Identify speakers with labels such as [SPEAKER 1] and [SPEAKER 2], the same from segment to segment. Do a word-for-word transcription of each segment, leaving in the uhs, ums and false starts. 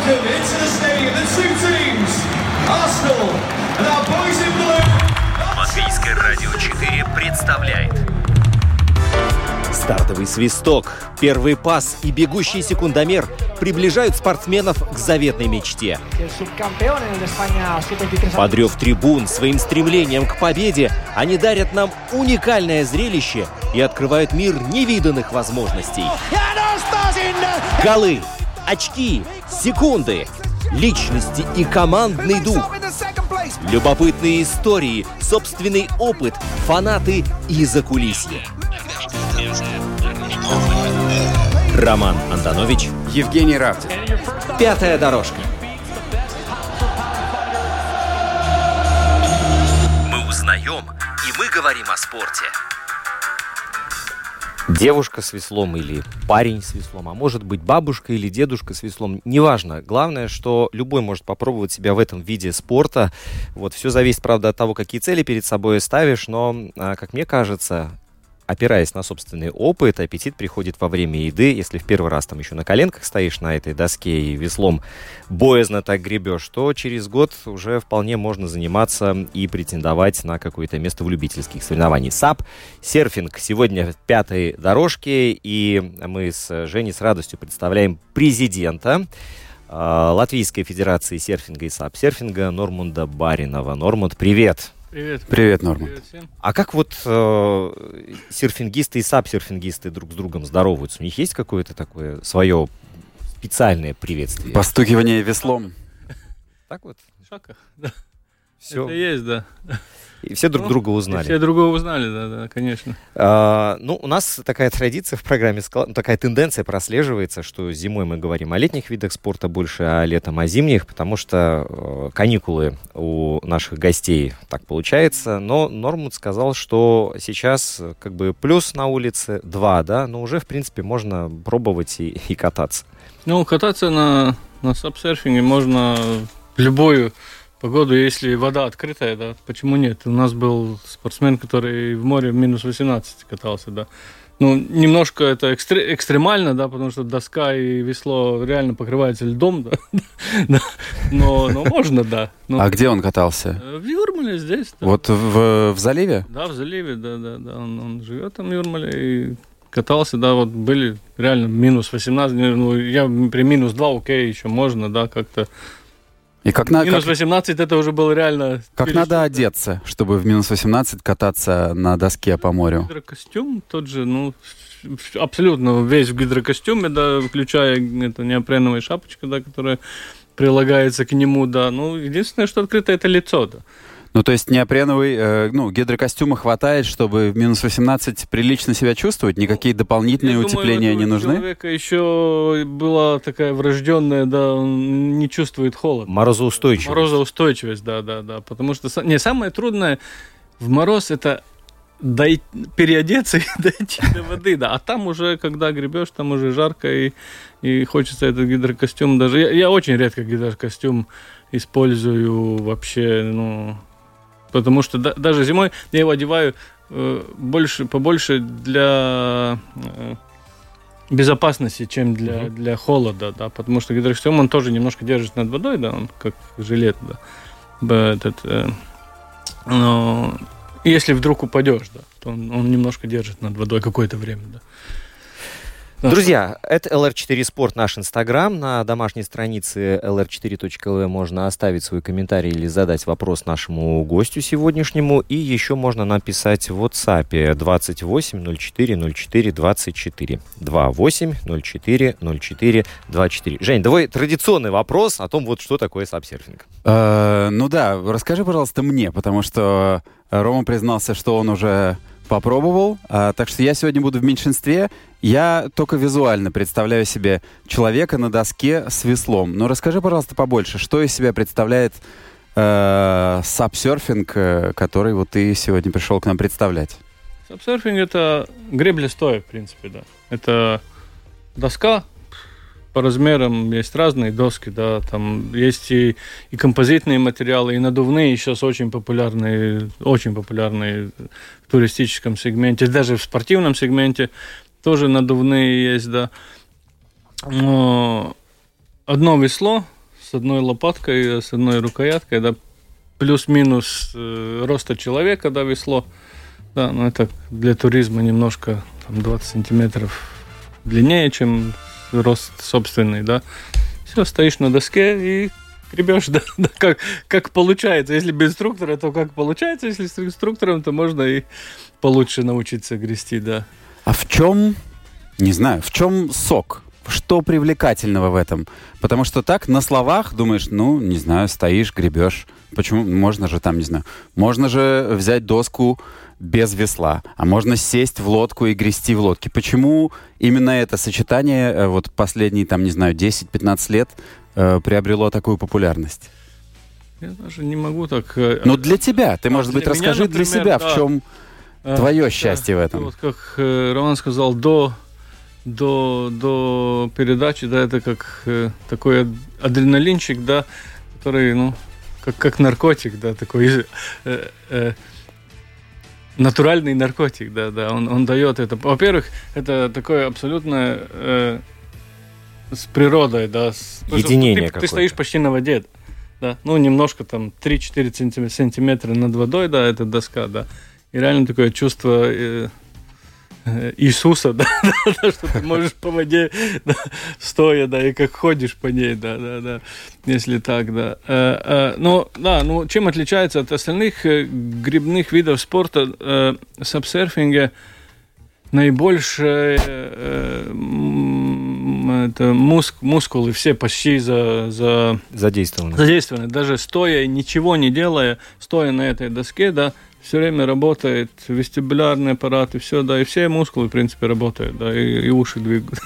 [SPEAKER 1] welcome into the stadium the two teams, Arsenal and our boys in blue.
[SPEAKER 2] Латвийское радио четыре представляет
[SPEAKER 3] стартовый свисток, первый пас и бегущий секундомер приближают спортсменов к заветной мечте. Под рев трибун своим стремлением к победе они дарят нам уникальное зрелище и открывают мир невиданных возможностей. Голы, очки, секунды, личности и командный дух. Любопытные истории, собственный опыт, фанаты и закулисье. Роман Антонович,
[SPEAKER 4] Евгений Равдин.
[SPEAKER 3] Пятая дорожка.
[SPEAKER 2] мы узнаем, и мы говорим о спорте.
[SPEAKER 3] Девушка с веслом или парень с веслом, а может быть бабушка или дедушка с веслом, неважно. Главное, что любой может попробовать себя в этом виде спорта. Вот, все зависит, правда, от того, какие цели перед собой ставишь, но, как мне кажется, опираясь на собственный опыт, аппетит приходит во время еды. Если в первый раз там еще на коленках стоишь на этой доске и веслом боязно так гребешь, то через год уже вполне можно заниматься и претендовать на какое-то место в любительских соревнованиях. САП, серфинг сегодня в пятой дорожке, и мы с Женей с радостью представляем президента э, Латвийской Федерации серфинга и САП-серфинга Нормунда Баринова. Нормунд, привет!
[SPEAKER 5] Привет.
[SPEAKER 4] Привет, Нормунд.
[SPEAKER 3] А как вот э, серфингисты и сап-серфингисты друг с другом здороваются? У них есть какое-то такое свое специальное приветствие?
[SPEAKER 4] Постукивание веслом.
[SPEAKER 3] Так вот?
[SPEAKER 5] Шака, да.
[SPEAKER 3] Все.
[SPEAKER 5] Это есть, да.
[SPEAKER 3] И все друг
[SPEAKER 5] Ну,
[SPEAKER 3] друга узнали.
[SPEAKER 5] Все друга узнали, да, да, конечно.
[SPEAKER 3] А, ну, у нас такая традиция в программе, такая тенденция прослеживается, что зимой мы говорим о летних видах спорта больше, а летом о зимних, потому что э, каникулы у наших гостей так получается. Но Нормунд сказал, что сейчас как бы плюс на улице два, да, но уже, в принципе, можно пробовать и, и кататься.
[SPEAKER 5] Ну, кататься на, на сап-серфинге можно в любую погоду, если вода открытая, да, почему нет? У нас был спортсмен, который в море в минус восемнадцать катался, да. Ну, немножко это экстре- экстремально, да, потому что доска и весло реально покрываются льдом, да, но, но можно, да. Но...
[SPEAKER 4] А где он катался?
[SPEAKER 5] В Юрмале здесь, да.
[SPEAKER 4] Вот в, в заливе?
[SPEAKER 5] Да, в заливе, да, да, да, он, он живет там в Юрмале и катался, да, вот были реально минус восемнадцать, ну, я при минус два, окей, еще можно, да, как-то.
[SPEAKER 4] И как на,
[SPEAKER 5] минус
[SPEAKER 4] как,
[SPEAKER 5] восемнадцать это уже было реально...
[SPEAKER 4] как
[SPEAKER 5] перешли,
[SPEAKER 4] надо
[SPEAKER 5] да.
[SPEAKER 4] одеться, чтобы в минус восемнадцать кататься на доске по морю?
[SPEAKER 5] Гидрокостюм тот же, ну, абсолютно весь в гидрокостюме, да, включая это неопреновая шапочка, да, которая прилагается к нему, да. Ну, единственное, что открыто, это лицо, да.
[SPEAKER 4] Ну, то есть неопреновый, э, ну, гидрокостюма хватает, чтобы в минус восемнадцать прилично себя чувствовать? Никакие дополнительные
[SPEAKER 5] Я
[SPEAKER 4] утепления
[SPEAKER 5] думаю,
[SPEAKER 4] не нужны?
[SPEAKER 5] У человека еще была такая врожденная, да, он не чувствует холод.
[SPEAKER 3] Морозоустойчивость.
[SPEAKER 5] Морозоустойчивость, да, да, да. Потому что не, самое трудное в мороз это дой... переодеться и дойти до воды, да. А там уже, когда гребешь, там уже жарко и, и хочется этот гидрокостюм даже. Я, я очень редко гидрокостюм использую вообще, ну. Потому что да, даже зимой я его одеваю э, больше, побольше для э, безопасности, чем для, mm-hmm. для холода, да, потому что гидрокостюм, он тоже немножко держит над водой, да, он как жилет, да, этот, э, но если вдруг упадешь, да, то он, он немножко держит над водой какое-то время, да.
[SPEAKER 3] Друзья, это эл эр четыре Спорт, наш инстаграм. На домашней странице эл эр четыре точка эл ви можно оставить свой комментарий или задать вопрос нашему гостю сегодняшнему. И еще можно написать в WhatsApp двадцать восемь ноль четыре ноль четыре двадцать четыре. двадцать восемь ноль четыре ноль четыре двадцать четыре. Жень, давай традиционный вопрос о том, вот что такое сап-серфинг.
[SPEAKER 4] Э, ну да, расскажи, пожалуйста, мне, потому что Рома признался, что он уже попробовал, а, так что я сегодня буду в меньшинстве. Я только визуально представляю себе человека на доске с веслом. Но расскажи, пожалуйста, побольше, что из себя представляет э, сап-серфинг, э, который вот ты сегодня пришел к нам представлять?
[SPEAKER 5] Сап-серфинг — это гребля стоя, в принципе, да. Это доска. По размерам есть разные доски, да, там есть и, и композитные материалы, и надувные сейчас очень популярные, очень популярные в туристическом сегменте, даже в спортивном сегменте тоже надувные есть, да. Но одно весло, с одной лопаткой, с одной рукояткой, да, плюс-минус э, роста человека, да, весло. Да, но это для туризма немножко там, двадцать сантиметров длиннее, чем рост собственный, да. Все, стоишь на доске и гребешь, да, да, как, как получается. Если без инструктора, то как получается. Если с инструктором, то можно и получше научиться грести, да.
[SPEAKER 4] А в чем, не знаю, в чем сок? Что привлекательного в этом? Потому что так на словах думаешь, ну, не знаю, стоишь, гребешь. Почему? Можно же там, не знаю, можно же взять доску без весла, а можно сесть в лодку и грести в лодке. Почему именно это сочетание вот последние, там, не знаю, десять-пятнадцать лет э, приобрело такую популярность?
[SPEAKER 5] Я даже не могу так...
[SPEAKER 4] Ну, для тебя. Ты, может быть,
[SPEAKER 5] меня,
[SPEAKER 4] расскажи
[SPEAKER 5] например,
[SPEAKER 4] для себя,
[SPEAKER 5] да,
[SPEAKER 4] в чем
[SPEAKER 5] а,
[SPEAKER 4] твое
[SPEAKER 5] да,
[SPEAKER 4] счастье в этом.
[SPEAKER 5] Вот как э, Роман сказал, до, до, до передачи, да, это как э, такой адреналинчик, да, который, ну, как, как наркотик, да, такой... Э, э, натуральный наркотик, да, да, он, он дает это. Во-первых, это такое абсолютно э, с природой, да. С,
[SPEAKER 3] единение
[SPEAKER 5] ты, ты стоишь почти на воде, да, ну, немножко там три-четыре сантиметра над водой, да, эта доска, да, и реально такое чувство э, э, Иисуса, да, да, что ты можешь по воде, да, стоя, да, и как ходишь по ней, да, да, да, если так, да. Э, э, ну, да, ну, чем отличается от остальных э, гребных видов спорта, э, сапсерфинга наибольшее э, м, это муск, мускулы все почти за, за...
[SPEAKER 3] задействованы.
[SPEAKER 5] задействованы. Даже стоя, ничего не делая, стоя на этой доске, да, все время работает вестибулярный аппарат и все, да, и все мускулы, в принципе, работают, да, и, и уши двигаются.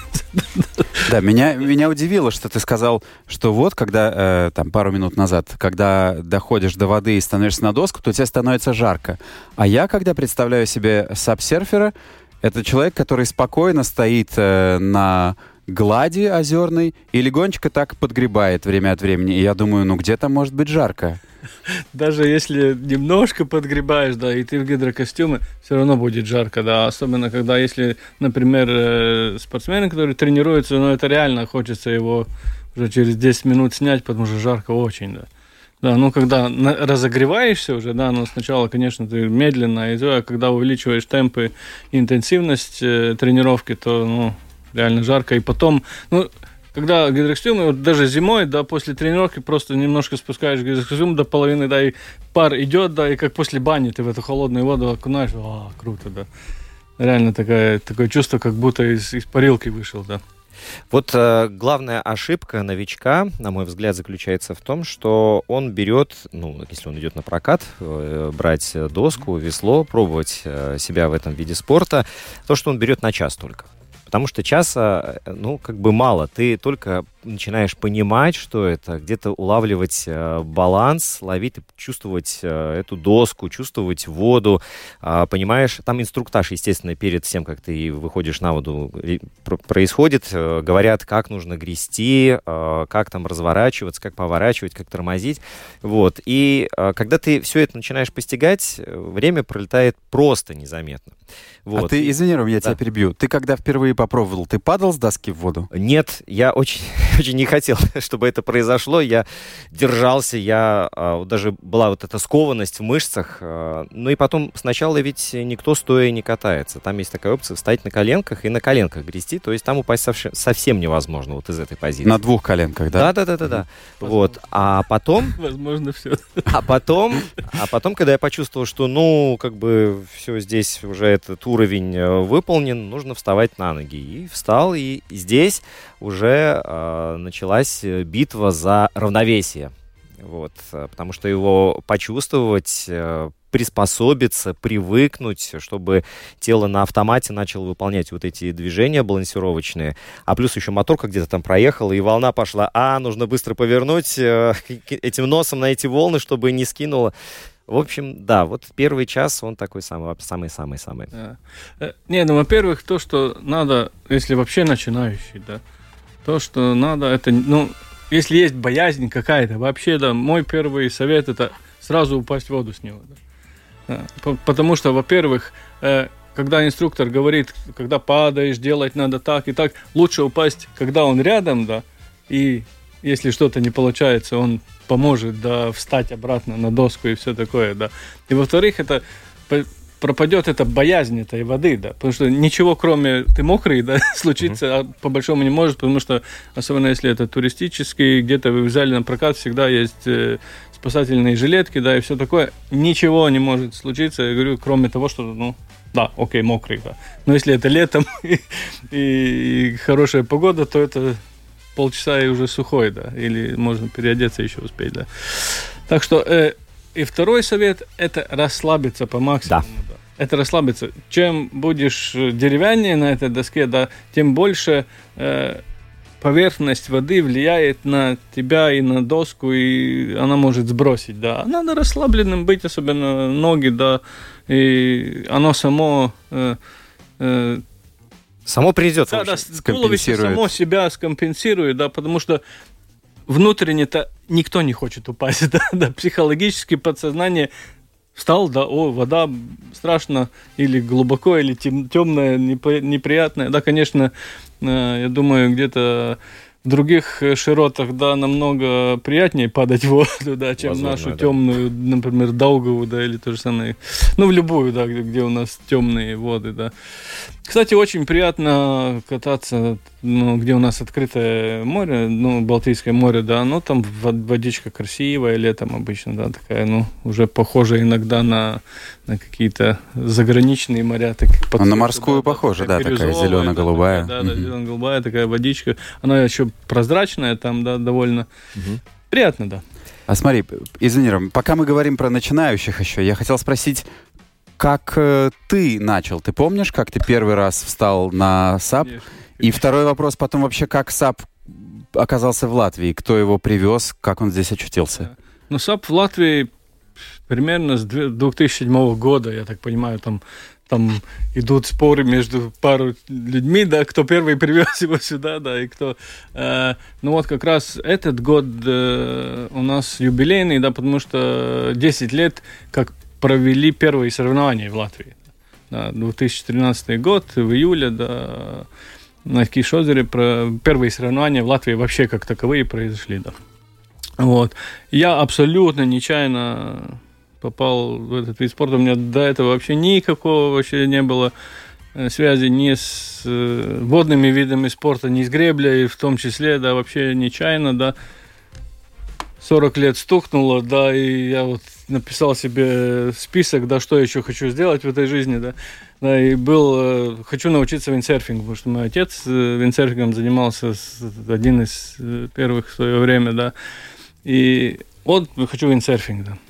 [SPEAKER 4] Да, меня, меня удивило, что ты сказал, что вот, когда, э, там, пару минут назад, когда доходишь до воды и становишься на доску, то тебе становится жарко. А я, когда представляю себе сапсерфера, это человек, который спокойно стоит э, на глади озерной и легонечко так подгребает время от времени. И я думаю, ну где там может быть жарко?
[SPEAKER 5] Даже если немножко подгребаешь, да, и ты в гидрокостюме, все равно будет жарко, да. Особенно, когда, если, например, спортсмены, которые тренируются, ну, это реально хочется его уже через десять минут снять, потому что жарко очень, да. Да, ну, когда на- разогреваешься уже, да, ну, сначала, конечно, ты медленно, и, а когда увеличиваешь темпы и интенсивность э, тренировки, то, ну, реально жарко. И потом, ну, когда гидрокостюм, вот даже зимой, да, после тренировки просто немножко спускаешь гидрокостюм до половины, да, и пар идет, да, и как после бани ты в эту холодную воду окунаешь, а, круто, да. Реально такое, такое чувство, как будто из, из парилки вышел, да.
[SPEAKER 3] Вот э, главная ошибка новичка, на мой взгляд, заключается в том, что он берет, ну, если он идет на прокат, э, брать доску, весло, пробовать э, себя в этом виде спорта, то, что он берет на час только. Потому что часа, ну, как бы мало. Ты только начинаешь понимать, что это, где-то улавливать э, баланс, ловить, чувствовать э, эту доску, чувствовать воду. Э, понимаешь, там инструктаж, естественно, перед тем, как ты выходишь на воду, происходит. Э, говорят, как нужно грести, э, как там разворачиваться, как поворачивать, как тормозить. Вот. И э, когда ты все это начинаешь постигать, время пролетает просто незаметно. Вот.
[SPEAKER 4] А ты, извини, Ром, я
[SPEAKER 3] Да.
[SPEAKER 4] тебя перебью. Ты когда впервые попробовал, ты падал с доски в воду?
[SPEAKER 3] Нет, я очень, очень не хотел, чтобы это произошло. Я держался, я а, даже была вот эта скованность в мышцах. А, ну и потом сначала ведь никто стоя не катается. Там есть такая опция встать на коленках и на коленках грести. То есть там упасть совсем, совсем невозможно вот из этой позиции.
[SPEAKER 4] На двух коленках, да?
[SPEAKER 3] Да, да, да, да, да. Вот. А потом,
[SPEAKER 5] Возможно, все.
[SPEAKER 3] а потом, а потом, когда я почувствовал, что, ну, как бы все здесь уже этот уровень э, выполнен, нужно вставать на ноги. И встал, и здесь уже э, началась битва за равновесие. Вот. Потому что его почувствовать, э, приспособиться, привыкнуть, чтобы тело на автомате начало выполнять вот эти движения балансировочные. А плюс еще моторка где-то там проехала, и волна пошла. А, нужно быстро повернуть э, этим носом на эти волны, чтобы не скинуло. В общем, да, вот первый час он такой самый, самый-самый-самый.
[SPEAKER 5] Да. Э, Не, ну, во-первых, то, что надо, если вообще начинающий, да, то, что надо, это, ну, если есть боязнь какая-то, вообще, да, мой первый совет — это сразу упасть в воду с него, да. Да, по- потому что, во-первых, э, когда инструктор говорит, когда падаешь, делать надо так и так, лучше упасть, когда он рядом, да, и если что-то не получается, он поможет, да, встать обратно на доску и все такое, да. И, во-вторых, это пропадет эта боязнь этой воды, да, потому что ничего, кроме ты мокрый, да, случиться mm-hmm. по большому не может, потому что, особенно если это туристический, где-то вы взяли на прокат, всегда есть э, спасательные жилетки, да, и все такое, ничего не может случиться, я говорю, кроме того, что, ну, да, окей, мокрый, да, но если это летом и, и хорошая погода, то это полчаса и уже сухой, да, или можно переодеться еще успеть, да. Так что э, и второй совет – это расслабиться по максимуму. Да. Да. Это расслабиться. Чем будешь деревяннее на этой доске, да, тем больше э, поверхность воды влияет на тебя и на доску, и она может сбросить. Да. Надо расслабленным быть, особенно ноги, да, и оно само… Э, э,
[SPEAKER 3] само придет.
[SPEAKER 5] Да, да, туловище само себя скомпенсирует, да, потому что внутренне-то никто не хочет упасть, да, да, психологически подсознание встал, да, о, вода страшно, или глубоко, или тем, темная, неприятная, да, конечно, я думаю, где-то в других широтах, да, намного приятнее падать в воду, да, чем возможно, нашу да. темную, например, Даугаву, да, или то же самое, ну, в любую, да, где, где у нас темные воды, да. Кстати, очень приятно кататься, ну, где у нас открытое море, ну, Балтийское море, да, ну, там водичка красивая, летом обычно, да, такая, ну, уже похожа иногда на, на какие-то заграничные моря. Так,
[SPEAKER 4] под, на морскую да, похоже, да, такая, такая зелено-голубая.
[SPEAKER 5] Да, да, зелено-голубая такая водичка, она еще прозрачная там, да, довольно угу. приятно, да.
[SPEAKER 4] А смотри, извини, Ром, пока мы говорим про начинающих еще, я хотел спросить, как э, ты начал? Ты помнишь, как ты первый раз встал на САП? Конечно. И второй вопрос потом вообще, как САП оказался в Латвии? Кто его привез? Как он здесь очутился?
[SPEAKER 5] Ну, САП в Латвии примерно с две тысячи седьмого года, я так понимаю, там, там идут споры между пару людьми, да, кто первый привез его сюда, да, и кто... Э, ну вот как раз этот год э, у нас юбилейный, да, потому что десять лет, как провели первые соревнования в Латвии. Да, две тысячи тринадцатый год, в июле, да, на Киш-озере про первые соревнования в Латвии вообще как таковые произошли, да. Вот. Я абсолютно нечаянно попал в этот вид спорта. У меня до этого вообще никакого вообще не было связи ни с водными видами спорта, ни с греблей, в том числе, да, вообще нечаянно, да. сорок лет стукнуло, да, и я вот написал себе список, да, что я еще хочу сделать в этой жизни, да, да, и был, хочу научиться виндсерфингу, потому что мой отец виндсерфингом занимался, один из первых в свое время, да, и вот хочу виндсерфинг, да.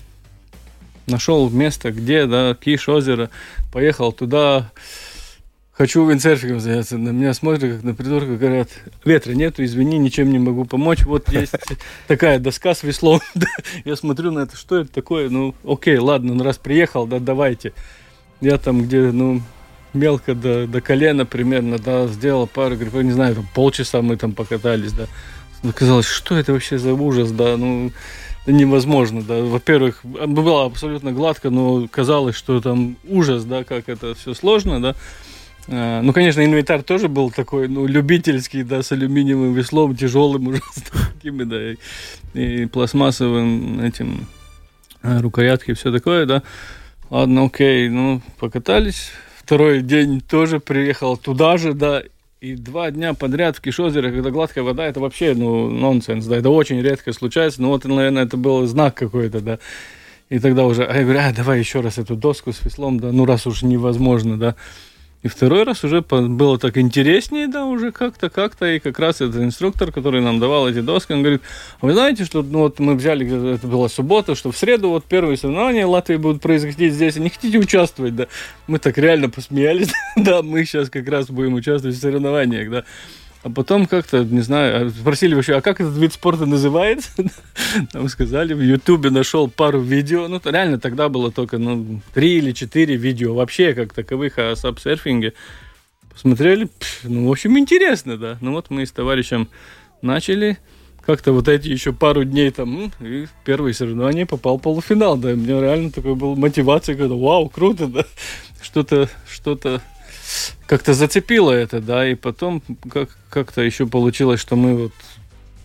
[SPEAKER 5] Нашел место, где, да, Киш-озеро, поехал туда, хочу виндсерфингом заняться. На меня смотрят, как на придурка, говорят, ветра нету, извини, ничем не могу помочь. Вот есть такая доска с веслом. Я смотрю на это, что это такое? Ну, окей, ладно, ну раз приехал, да, давайте. Я там, где, ну, мелко до, до колена примерно, да, сделал пару, говорю, не знаю, там, полчаса мы там покатались, да. Казалось, что это вообще за ужас, да, ну... невозможно, да. Во-первых, было абсолютно гладко, но казалось, что там ужас, да, как это все сложно, да. А, ну, конечно, инвентарь тоже был такой, ну, любительский, да, с алюминиевым веслом, тяжелым уже, с такими, да, и, и пластмассовым этим а, рукоятки и все такое, да. Ладно, окей, ну, покатались. Второй день тоже приехал туда же, да. И два дня подряд в Киш-озере, когда гладкая вода, это вообще, ну, нонсенс, да, это очень редко случается, но вот, наверное, это был знак какой-то, да, и тогда уже, а я говорю, а, давай еще раз эту доску с веслом, да, ну, раз уж невозможно, да, и второй раз уже было так интереснее, да, уже как-то, как-то, и как раз этот инструктор, который нам давал эти доски, он говорит, а вы знаете, что, ну, вот мы взяли, это была суббота, что в среду вот первые соревнования в Латвии будут происходить здесь, не хотите участвовать, да, мы так реально посмеялись, да, мы сейчас как раз будем участвовать в соревнованиях, да, а потом как-то, не знаю, спросили вообще, а как этот вид спорта называется? Нам сказали, в Ютубе нашел пару видео. Ну, реально тогда было только, ну, три или четыре видео вообще как таковых о сапсерфинге. Посмотрели, пф, ну, в общем, интересно, да. Ну, вот мы с товарищем начали. Как-то вот эти еще пару дней там, и в первые соревнования попал в полуфинал, да. У меня реально такой был мотивация, когда, вау, круто, да. Что-то, что-то... как-то зацепило это, да, и потом как- как-то еще получилось, что мы вот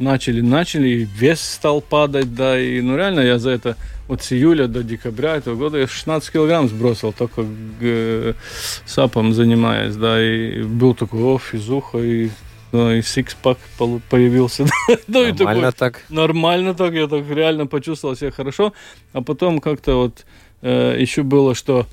[SPEAKER 5] начали, начали, и вес стал падать, да, и, ну, реально я за это, вот с июля до декабря этого года я шестнадцать килограмм сбросил, только э, сапом занимаясь, да, и был такой, о, физуха, и, да, и сикспак появился.
[SPEAKER 3] Нормально так.
[SPEAKER 5] Нормально так, я так реально почувствовал себя хорошо, а потом как-то вот э, еще было, что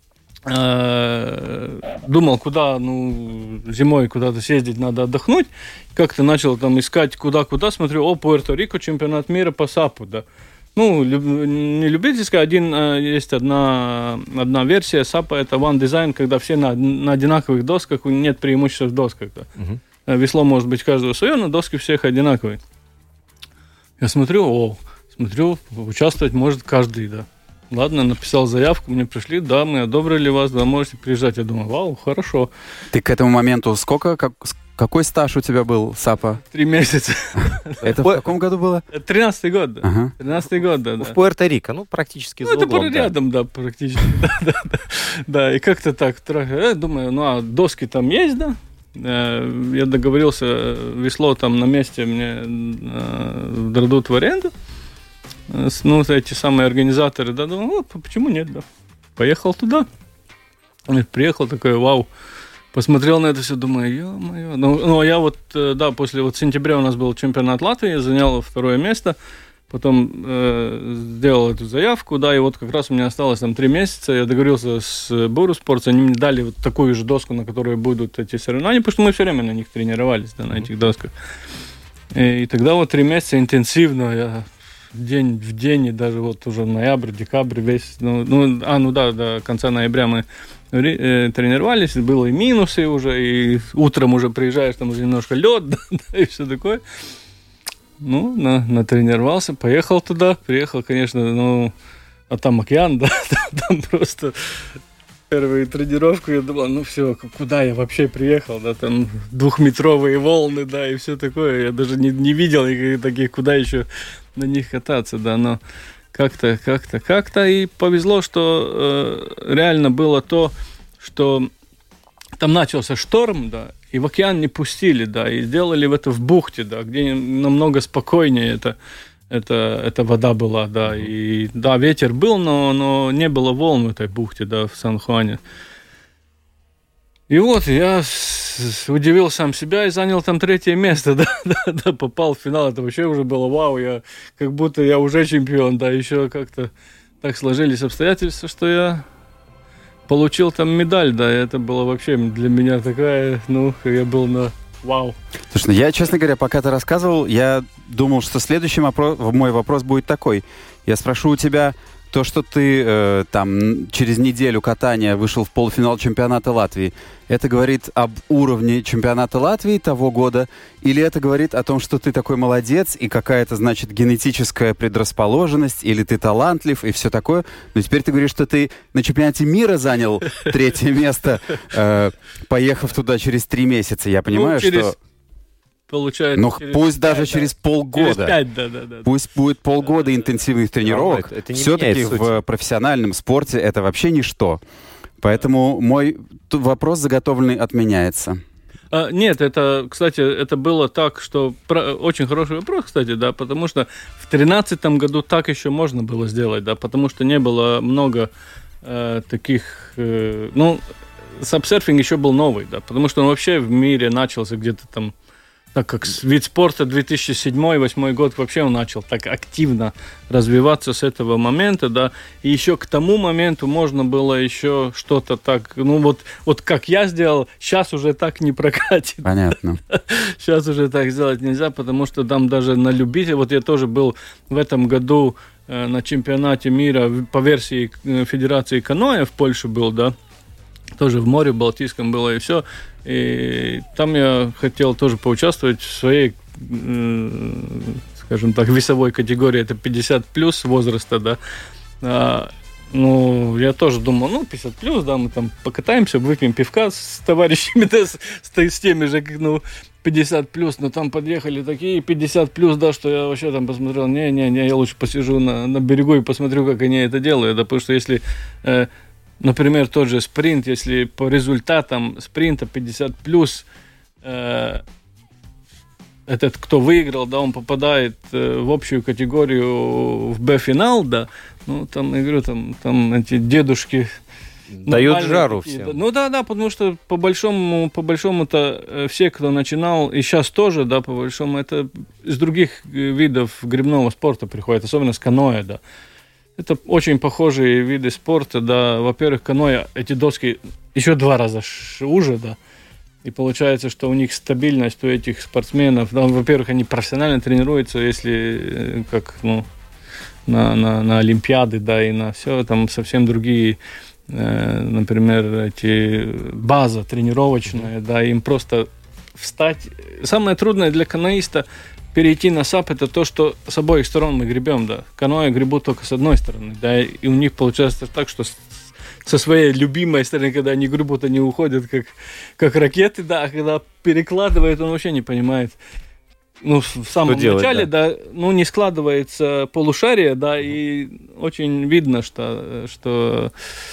[SPEAKER 5] думал, куда, ну, зимой куда-то съездить, надо отдохнуть. Как-то начал там искать куда-куда, смотрю, о, Пуэрто-Рико, чемпионат мира по сапу, да. Ну, люб, не любительская, один, есть одна, одна версия сапа, это One Design, когда все на, на одинаковых досках, нет преимущества в досках, да. Uh-huh. Весло может быть каждого свое, но доски всех одинаковые. Я смотрю, о, смотрю, участвовать может каждый, да. Ладно, написал заявку, мне пришли, да, мы одобрили вас, да, можете приезжать. Я думаю, вау, хорошо.
[SPEAKER 4] Ты к этому моменту сколько, как, какой стаж у тебя был САПа?
[SPEAKER 5] Три месяца.
[SPEAKER 4] Это в каком году было?
[SPEAKER 5] Тринадцатый год, да.
[SPEAKER 4] Ага.
[SPEAKER 5] Тринадцатый год, да.
[SPEAKER 3] В Пуэрто-Рико, ну, практически за углом.
[SPEAKER 5] Ну, это рядом, да, практически. Да, и как-то так, думаю, ну, а доски там есть, да? Я договорился, весло там на месте мне дадут в аренду. Ну, эти самые организаторы, да, думаю, ну, почему нет, да. Поехал туда, приехал такой, вау, посмотрел на это все, думаю, ё-моё. Ну, ну, я вот, да, после вот сентября у нас был чемпионат Латвии, я занял второе место, потом э, сделал эту заявку, да, и вот как раз у меня осталось там три месяца, я договорился с Буру Спортс, они мне дали вот такую же доску, на которой будут эти соревнования, потому что мы все время на них тренировались, да, на этих досках. И, и тогда вот три месяца интенсивно я... день в день, и даже вот уже ноябрь, декабрь, весь, ну, ну, а, ну да, до конца ноября мы э, тренировались, было и минусы уже, и утром уже приезжаешь, там уже немножко лед, да, да, и все такое. Ну, на, натренировался, поехал туда, приехал, конечно, ну, а там океан, да, там, там просто... Первую тренировку я думал, ну все, куда я вообще приехал, да, там двухметровые волны, да, и все такое. Я даже не, не видел никаких таких, куда еще на них кататься, да, но как-то, как-то, как-то и повезло, что э, реально было то, что там начался шторм, да, и в океан не пустили, да, и сделали это в бухте, да, где намного спокойнее это. Это, это вода была, да, и да, ветер был, но, но не было волн в этой бухте, да, в Сан-Хуане. И вот я с, удивил сам себя и занял там третье место, да, да, да, попал в финал, это вообще уже было вау, я, как будто я уже чемпион, да, еще как-то так сложились обстоятельства, что я получил там медаль, да, и это было вообще для меня такая, ну, я был на... Вау.
[SPEAKER 4] Слушай, ну я, честно говоря, пока ты рассказывал, я думал, что следующий вопрос, мой вопрос будет такой. Я спрошу у тебя, то, что ты э, там через неделю катания вышел в полуфинал чемпионата Латвии, это говорит об уровне чемпионата Латвии того года, или это говорит о том, что ты такой молодец и какая-то, значит, генетическая предрасположенность, или ты талантлив и все такое. Но теперь ты говоришь, что ты на чемпионате мира занял третье место, э, поехав туда через три месяца. Я понимаю,
[SPEAKER 5] ну, через...
[SPEAKER 4] что...
[SPEAKER 5] Получается,
[SPEAKER 4] ну,
[SPEAKER 5] через
[SPEAKER 4] пусть
[SPEAKER 5] пять,
[SPEAKER 4] даже
[SPEAKER 5] да.
[SPEAKER 4] через полгода.
[SPEAKER 5] Через пять, да, да, да.
[SPEAKER 4] Пусть будет полгода интенсивных тренировок.
[SPEAKER 3] Это, это не
[SPEAKER 4] все-таки в профессиональном спорте это вообще ничто. Поэтому мой вопрос заготовленный отменяется.
[SPEAKER 5] А, нет, это, кстати, это было так, что про, очень хороший вопрос, кстати, да, потому что в тринадцатом году так еще можно было сделать, да, потому что не было много э, таких, э, ну, сапсерфинг еще был новый, да, потому что он вообще в мире начался где-то там, так как вид спорта две тысячи седьмой — две тысячи восьмой год вообще он начал так активно развиваться с этого момента, да, и еще к тому моменту можно было еще что-то так, ну вот, вот как я сделал, сейчас уже так не прокатит.
[SPEAKER 4] Понятно.
[SPEAKER 5] Сейчас уже так сделать нельзя, потому что там даже на любителя, вот я тоже был в этом году э, на чемпионате мира по версии Федерации каноэ в Польше был, да, тоже в море Балтийском было и все. И там я хотел тоже поучаствовать в своей, скажем так, весовой категории, это пятьдесят плюс возраста, да. А, ну, я тоже думал, ну, пятьдесят плюс, да, мы там покатаемся, выпьем пивка с товарищами, да, с, с теми же, ну, пятьдесят плюс, но там подъехали такие пятьдесят плюс, да, что я вообще там посмотрел, не-не-не, я лучше посижу на, на берегу и посмотрю, как они это делают, да, потому что если... Э, например, тот же спринт, если по результатам спринта пятьдесят плюс, э, этот, кто выиграл, да, он попадает э, в общую категорию в Б-финал, да, ну, там, я говорю, там, там эти дедушки...
[SPEAKER 3] Дают жару
[SPEAKER 5] такие,
[SPEAKER 3] всем.
[SPEAKER 5] Да. Ну да, да, потому что по большому, по большому-то э, все, кто начинал, и сейчас тоже, да, по большому, это из других видов гребного спорта приходят, особенно с каноэ, да. Это очень похожие виды спорта, да. Во-первых, каноэ, эти доски еще два раза уже, да. И получается, что у них стабильность у этих спортсменов, да, во-первых, они профессионально тренируются, если как, ну, на, на, на Олимпиады, да, и на все, там совсем другие, э, например, эти база тренировочная, да, им просто встать. Самое трудное для каноиста перейти на САП, это то, что с обоих сторон мы гребем, да. Каноэ гребут только с одной стороны, да, и у них получается так, что со своей любимой стороны, когда они гребут, они уходят как, как ракеты, да, а когда перекладывает, он вообще не понимает. Ну, в самом
[SPEAKER 3] делать,
[SPEAKER 5] начале,
[SPEAKER 3] да?
[SPEAKER 5] да, ну, не складывается полушарие, да, и очень видно, что, что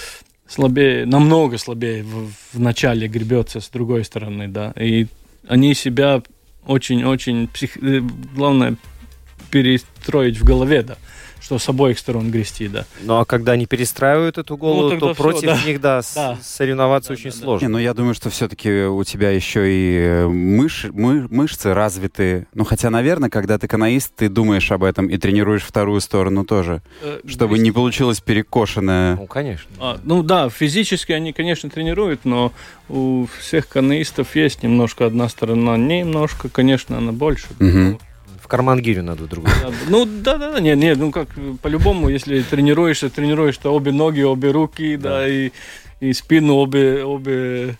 [SPEAKER 5] слабее, намного слабее в, в начале гребется с другой стороны, да, и они себя очень-очень, псих... главное, перестроить в голове, да, что с обоих сторон грести, да.
[SPEAKER 3] Ну, а когда они перестраивают эту голову,
[SPEAKER 5] Ну,
[SPEAKER 3] то
[SPEAKER 5] всё,
[SPEAKER 3] против
[SPEAKER 5] да.
[SPEAKER 3] них, да,
[SPEAKER 5] Да.
[SPEAKER 3] соревноваться
[SPEAKER 5] Да,
[SPEAKER 3] очень
[SPEAKER 5] да, да.
[SPEAKER 3] сложно.
[SPEAKER 4] Не, ну я думаю, что все-таки у тебя еще и мыш, мы, мышцы развиты. Ну, хотя, наверное, когда ты каноист, ты думаешь об этом и тренируешь вторую сторону тоже,
[SPEAKER 5] Э,
[SPEAKER 4] чтобы не получилось перекошенное.
[SPEAKER 3] Ну, конечно.
[SPEAKER 5] А, ну да, физически они, конечно, тренируют, но у всех каноистов есть немножко одна сторона, немножко, конечно, она больше.
[SPEAKER 4] Мгм.
[SPEAKER 3] В карман гирю надо другую.
[SPEAKER 5] Да, ну да, да, да, нет, нет, ну как по-любому, если тренируешься, тренируешь, то обе ноги, обе руки, да,
[SPEAKER 3] Да.
[SPEAKER 5] и, и спину, обе, обе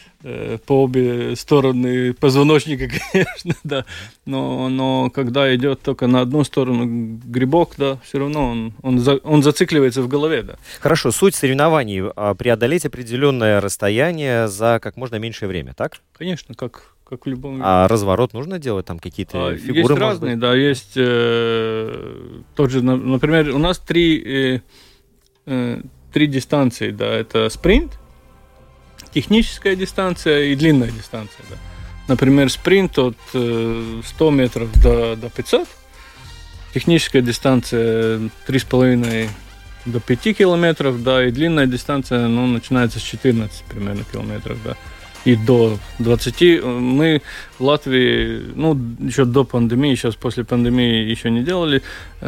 [SPEAKER 5] э, по обе стороны позвоночника, конечно, да. Но, но когда идет только на одну сторону грибок, да, все равно он, он, за, он зацикливается в голове, да.
[SPEAKER 3] Хорошо, суть соревнований а, преодолеть определенное расстояние за как можно меньшее время, так?
[SPEAKER 5] Конечно, как, как в любом...
[SPEAKER 3] А разворот нужно делать, там какие-то
[SPEAKER 5] А,
[SPEAKER 3] фигуры,
[SPEAKER 5] есть
[SPEAKER 3] может
[SPEAKER 5] разные,
[SPEAKER 3] быть?
[SPEAKER 5] да, есть э, тот же, на- например, у нас три, э, э, три дистанции, да, это спринт, техническая дистанция и длинная дистанция, да. Например, спринт от э, сто метров до, до пятисот, техническая дистанция три с половиной до пяти километров, да, и длинная дистанция, ну, начинается с четырнадцати примерно километров, да, и до двадцати. Мы в Латвии, ну, еще до пандемии, сейчас после пандемии еще не делали,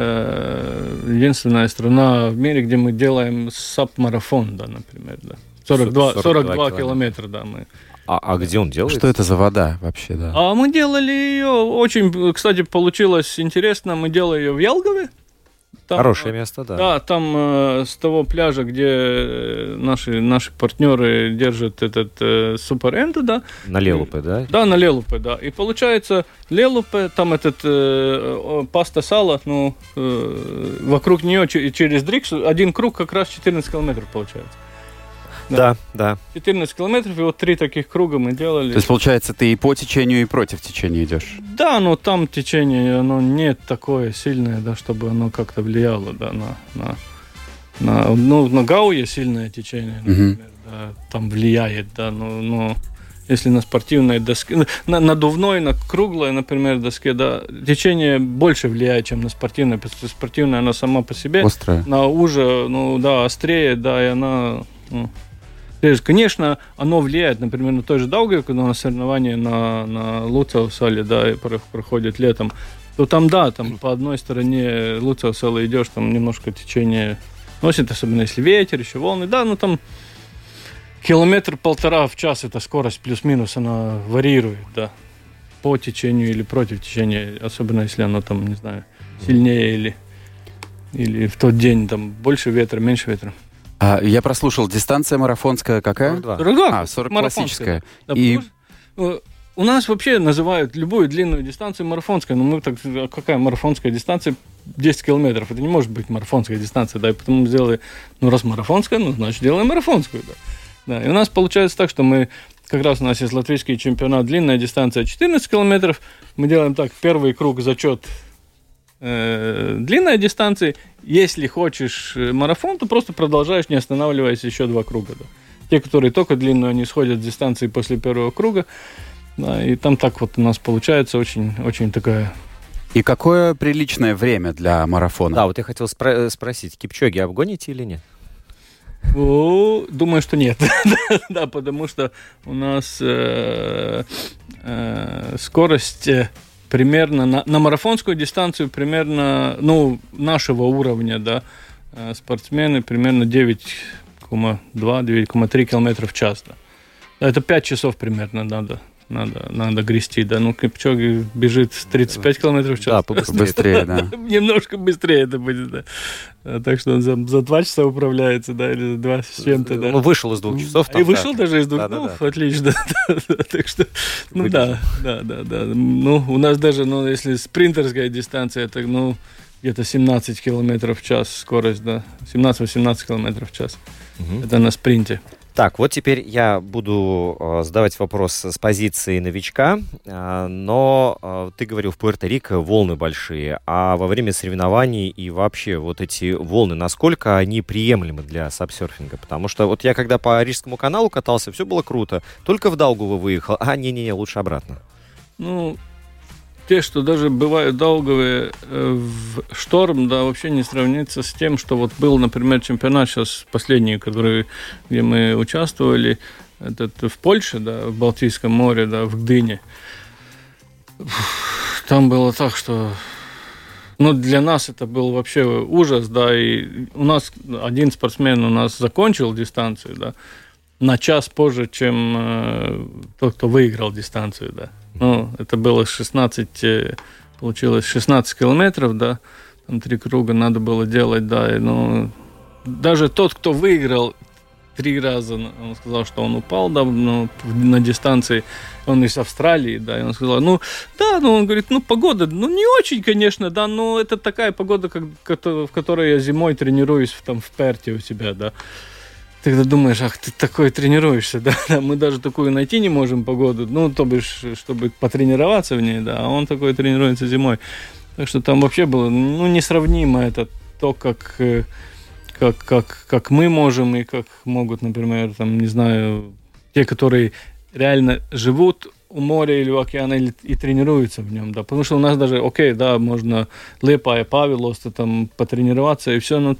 [SPEAKER 5] э, единственная страна в мире, где мы делаем САП-марафон, да, например, да. сорок два, сорок два километра, да, мы.
[SPEAKER 3] А, а где он делает?
[SPEAKER 4] Что это за вода вообще, да?
[SPEAKER 5] А мы делали ее, очень, кстати, получилось интересно, мы делали ее в Ялгове. Там,
[SPEAKER 3] Хорошее место, да.
[SPEAKER 5] Да, там э, с того пляжа, где э, наши, наши партнеры держат этот э, Супер Энду, да.
[SPEAKER 3] На Лелупе, да?
[SPEAKER 5] Да, на Лелупе, да. И получается, Лелупе, там этот э, э, паста сала, ну, э, вокруг нее ч- через Дриксу один круг как раз четырнадцать километров получается.
[SPEAKER 3] Да, да.
[SPEAKER 5] четырнадцать километров, и вот три таких круга мы делали.
[SPEAKER 4] То есть, получается, ты и по течению, и против течения идешь?
[SPEAKER 5] Да, но там течение, оно не такое сильное, да, чтобы оно как-то влияло, да, на, на, на ну, на Гауе сильное течение, например, да, там влияет, да, но, но если на спортивной доске, на надувной, на круглой, например, доске, да, течение больше влияет, чем на спортивной, потому что спортивная, она сама по себе,
[SPEAKER 4] Острая?
[SPEAKER 5] на уже, ну, да, острее, да, и она, ну, конечно, оно влияет, например, на той же Даугаве, когда у нас соревнования на, на Луцевсале, да, и про- проходят летом, то там, да, там по одной стороне Луцевсала идешь, там немножко течение носит, особенно если ветер, еще волны, да, ну там километр-полтора в час, эта скорость плюс-минус, она варьирует, да, по течению или против течения, особенно если оно там, не знаю, сильнее или, или в тот день там больше ветра, меньше ветра.
[SPEAKER 4] А, я прослушал, дистанция марафонская какая?
[SPEAKER 3] сорок два.
[SPEAKER 5] сорок два.
[SPEAKER 4] А, сорок
[SPEAKER 5] Марафонская,
[SPEAKER 4] классическая.
[SPEAKER 5] да. Да,
[SPEAKER 4] И-
[SPEAKER 5] потому что, э, у нас вообще называют любую длинную дистанцию марафонской, но мы так, а какая марафонская дистанция? десять километров. Это не может быть марафонская дистанция, да, и потому мы сделали, ну, раз марафонская, ну, значит, делаем марафонскую, да. Да, и у нас получается так, что мы, как раз у нас есть латвийский чемпионат, длинная дистанция четырнадцать километров, мы делаем так, первый круг зачет э, длинная дистанция, если хочешь э, марафон, то просто продолжаешь, не останавливаясь, еще два круга, да. Те, которые только длинную, они сходят с дистанции после первого круга. Да, и там так вот у нас получается очень, очень такая...
[SPEAKER 4] И какое приличное время для марафона?
[SPEAKER 3] Да, вот я хотел спро- спросить, Кипчоги обгоните или нет?
[SPEAKER 5] О, думаю, что нет. Да, потому что у нас э, э, скорость примерно на, на марафонскую дистанцию примерно, ну, нашего уровня, да, э, спортсмены примерно девять целых два - девять целых три километра в час, да. Это пять часов примерно надо. Надо, надо грести, да. Ну, Кипчоги бежит тридцать пять километров в час.
[SPEAKER 3] Да, побыстрее.
[SPEAKER 4] Быстрее, да.
[SPEAKER 5] Немножко быстрее это будет, да. Так что он за, за два часа управляется, да, или за два с чем-то, да.
[SPEAKER 3] Ну, вышел из двух часов.
[SPEAKER 5] И вышел даже из двух,
[SPEAKER 3] Да, да,
[SPEAKER 5] ну,
[SPEAKER 3] да.
[SPEAKER 5] отлично. Так что, ну да, да, да, да. Ну, у нас даже, ну, если спринтерская дистанция, это, ну, где-то семнадцать километров в час скорость, да. семнадцать-восемнадцать километров в час. Это на спринте.
[SPEAKER 3] Так, вот теперь я буду э, задавать вопрос с позиции новичка, э, но э, ты говорил, в Пуэрто-Рико волны большие, а во время соревнований и вообще вот эти волны, насколько они приемлемы для сапсерфинга? Потому что вот я когда по Рижскому каналу катался, все было круто, только в Даугаву выехал, а не-не-не, лучше обратно.
[SPEAKER 5] Ну, те, что даже бывают долговые э, в шторм, да, вообще не сравнится с тем, что вот был, например, чемпионат сейчас последний, который, где мы участвовали, этот в Польше, да, в Балтийском море, да, в Гдыне. Там было так, что, ну, для нас это был вообще ужас, да, и у нас один спортсмен у нас закончил дистанцию, да, на час позже, чем э, тот, кто выиграл дистанцию, да. Ну, это было шестнадцать, получилось шестнадцать километров, да, там три круга надо было делать, да, и, ну, даже тот, кто выиграл три раза, он сказал, что он упал, да, ну, на дистанции, он из Австралии, да, и он сказал, ну, да, ну, он говорит, ну, погода, ну, не очень, конечно, да, но это такая погода, как, в которой я зимой тренируюсь там в Перте у тебя, да. Ты думаешь, ах, ты такой тренируешься, да, да, мы даже такую найти не можем погоду, ну, то бишь, чтобы потренироваться в ней, да, а он такой тренируется зимой. Так что там вообще было, ну, несравнимо это то, как, как, как, как мы можем и как могут, например, там, не знаю, те, которые реально живут у моря или у океана или, и тренируются в нем, да, потому что у нас даже, окей, да, можно Лепая, Павелоста там потренироваться и все, но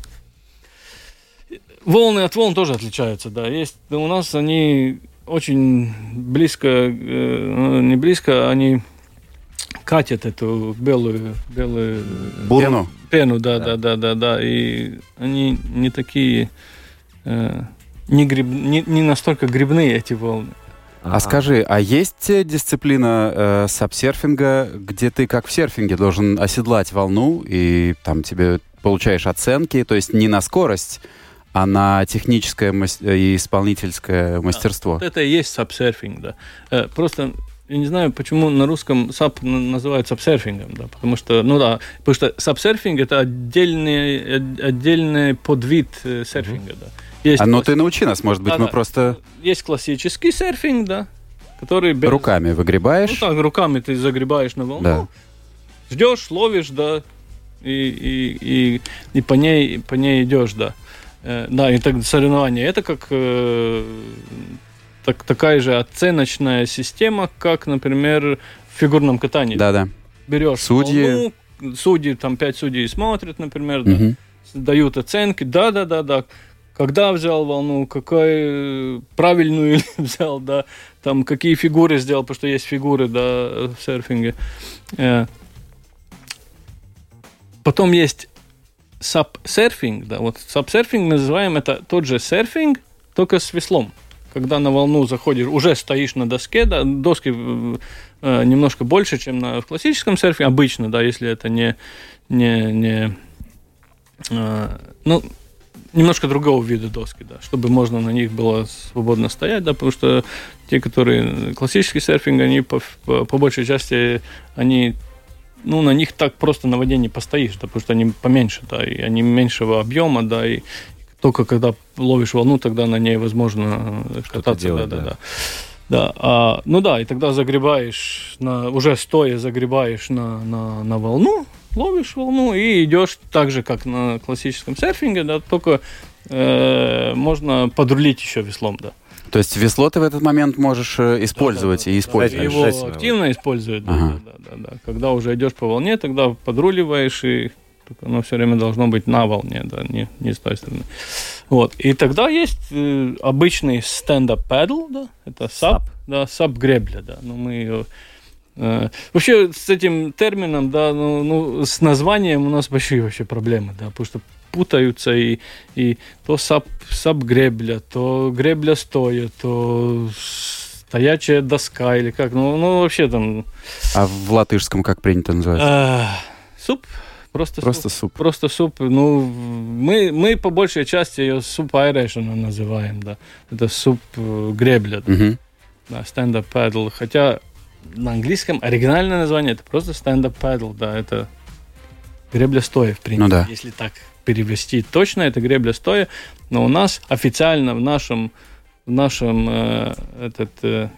[SPEAKER 5] волны от волн тоже отличаются, да. Есть у нас они очень близко, э, не близко, они катят эту белую, белую
[SPEAKER 4] Бурну.
[SPEAKER 5] пену, да, да, да, да, да, и они не такие, э, не, гриб, не, не настолько грибные эти волны.
[SPEAKER 4] А ага. Скажи, а есть дисциплина э, сапсерфинга, где ты, как в серфинге, должен оседлать волну и там тебе получаешь оценки, то есть не на скорость, а на техническое и исполнительское мастерство.
[SPEAKER 5] Да, вот это и есть сапсерфинг, да. Просто я не знаю, почему на русском сап называют сапсерфингом, да, потому что, ну да, потому что сапсерфинг это отдельный, отдельный подвид серфинга, mm-hmm. да. Есть
[SPEAKER 4] а ну
[SPEAKER 5] класс...
[SPEAKER 4] ты научи нас, может быть,
[SPEAKER 5] да,
[SPEAKER 4] мы
[SPEAKER 5] да.
[SPEAKER 4] просто...
[SPEAKER 5] Есть классический серфинг, да, который... Без...
[SPEAKER 4] Руками выгребаешь.
[SPEAKER 5] Ну так, руками ты загребаешь на волну, да. Ждешь, ловишь, да, и, и, и, и по ней, по ней идешь, да. Да, и так соревнования. Это как э, так, такая же оценочная система, как, например, в фигурном катании.
[SPEAKER 4] Да, да.
[SPEAKER 5] Берешь
[SPEAKER 4] судьи,
[SPEAKER 5] волну, судьи, там пять судей смотрят, например, да,
[SPEAKER 4] угу.
[SPEAKER 5] дают оценки. Да, да, да, да. Когда взял волну, какую правильную взял, да, там какие фигуры сделал, потому что есть фигуры, да, в серфинге. Потом есть сап-серфинг, да, вот сап-серфинг мы называем это тот же серфинг, только с веслом. Когда на волну заходишь, уже стоишь на доске, да, доски э, немножко больше, чем на, в классическом серфинге, обычно, да, если это не, не, не э, ну, немножко другого вида доски, да, чтобы можно на них было свободно стоять, да, потому что те, которые классический серфинг, они по, по, по большей части, они ну, на них так просто на воде не постоишь, да, потому что они поменьше, да, и они меньшего объема, да, и только когда ловишь волну, тогда на ней возможно
[SPEAKER 3] что-то
[SPEAKER 5] кататься,
[SPEAKER 3] делать,
[SPEAKER 5] да,
[SPEAKER 3] да.
[SPEAKER 5] да, да. Да, а, ну да, и тогда загребаешь, на, уже стоя загребаешь на, на, на волну, ловишь волну и идешь так же, как на классическом серфинге, да, только э, можно подрулить еще веслом, да.
[SPEAKER 4] То есть весло ты в этот момент можешь э, использовать
[SPEAKER 5] да, да,
[SPEAKER 4] и
[SPEAKER 5] да,
[SPEAKER 4] используешь?
[SPEAKER 5] Его
[SPEAKER 3] Обязательно.
[SPEAKER 5] активно используют, да,
[SPEAKER 4] Ага.
[SPEAKER 5] да, да, да, да. Когда уже идешь по волне, тогда подруливаешь, и оно все время должно быть на волне, да, не, не с той стороны. Вот. И тогда есть э, обычный stand-up paddle, да, это сап, да, сап-гребля, да, но мы ее... Э, вообще с этим термином, да, ну, ну, с названием у нас большие вообще проблемы, да, потому что путаются и, и то сап, сап-гребля, то гребля стоя, то стоячая доска или как, ну, ну вообще там...
[SPEAKER 4] А в латышском как принято называть?
[SPEAKER 5] э, суп. Просто,
[SPEAKER 4] Просто
[SPEAKER 5] суп.
[SPEAKER 4] суп.
[SPEAKER 5] Просто суп. Ну, мы, мы по большей части ее суп айрешена называем, да. Это суп э, гребля, да.
[SPEAKER 4] Мгм.
[SPEAKER 5] Да, stand-up paddle. Хотя на английском оригинальное название это просто stand-up paddle, да. Это гребля стоя, в принципе.
[SPEAKER 4] Ну да.
[SPEAKER 5] Если так перевести точно, это гребля стоя. Но у нас официально в нашем, в нашем э, этот э,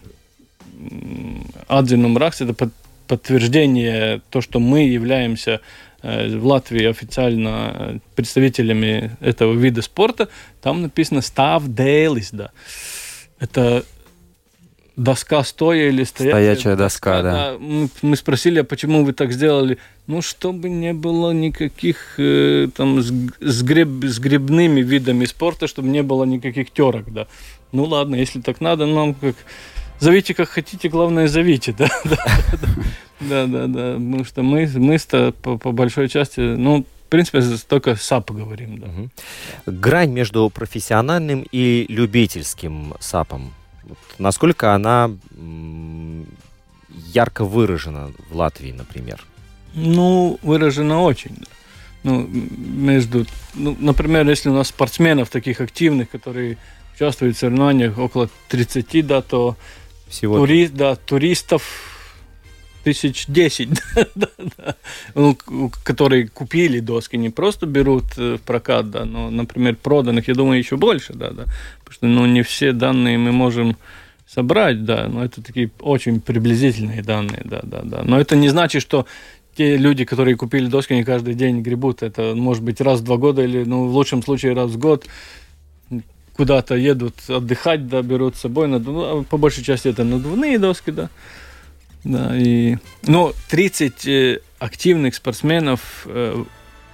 [SPEAKER 5] адзинум ракс, это под, подтверждение то, что мы являемся в Латвии официально представителями этого вида спорта, там написано «ставдēlis», да. Это доска стоя или стоячая,
[SPEAKER 4] Стоячая доска, да.
[SPEAKER 5] Мы, мы спросили, а почему вы так сделали? Ну, чтобы не было никаких э, там с, с, греб, с гребными видами спорта, чтобы не было никаких терок, да. Ну, ладно, если так надо, нам как... Зовите как хотите, главное, зовите, да. Да, да, да, потому что мы, мы по, по большой части, ну, в принципе, только сап говорим, да.
[SPEAKER 3] Угу. Грань между профессиональным и любительским сапом, вот насколько она м, ярко выражена в Латвии, например?
[SPEAKER 5] Ну, выражена очень, да. Ну, между, ну, например, если у нас спортсменов таких активных, которые участвуют в соревнованиях около тридцати, да, то
[SPEAKER 3] Всего
[SPEAKER 5] тури, да, туристов тысяч десять, да, да, ну, которые купили доски, не просто берут в прокат, да, но, например, проданных, я думаю, еще больше, да, да, потому что, ну, не все данные мы можем собрать, да, но это такие очень приблизительные данные, да, да, да, но это не значит, что те люди, которые купили доски, не каждый день гребут, это может быть раз в два года или, ну, в лучшем случае раз в год куда-то едут отдыхать, да, берут с собой, надув... по большей части это надувные доски, да. Да, и... Но тридцать э, активных спортсменов э,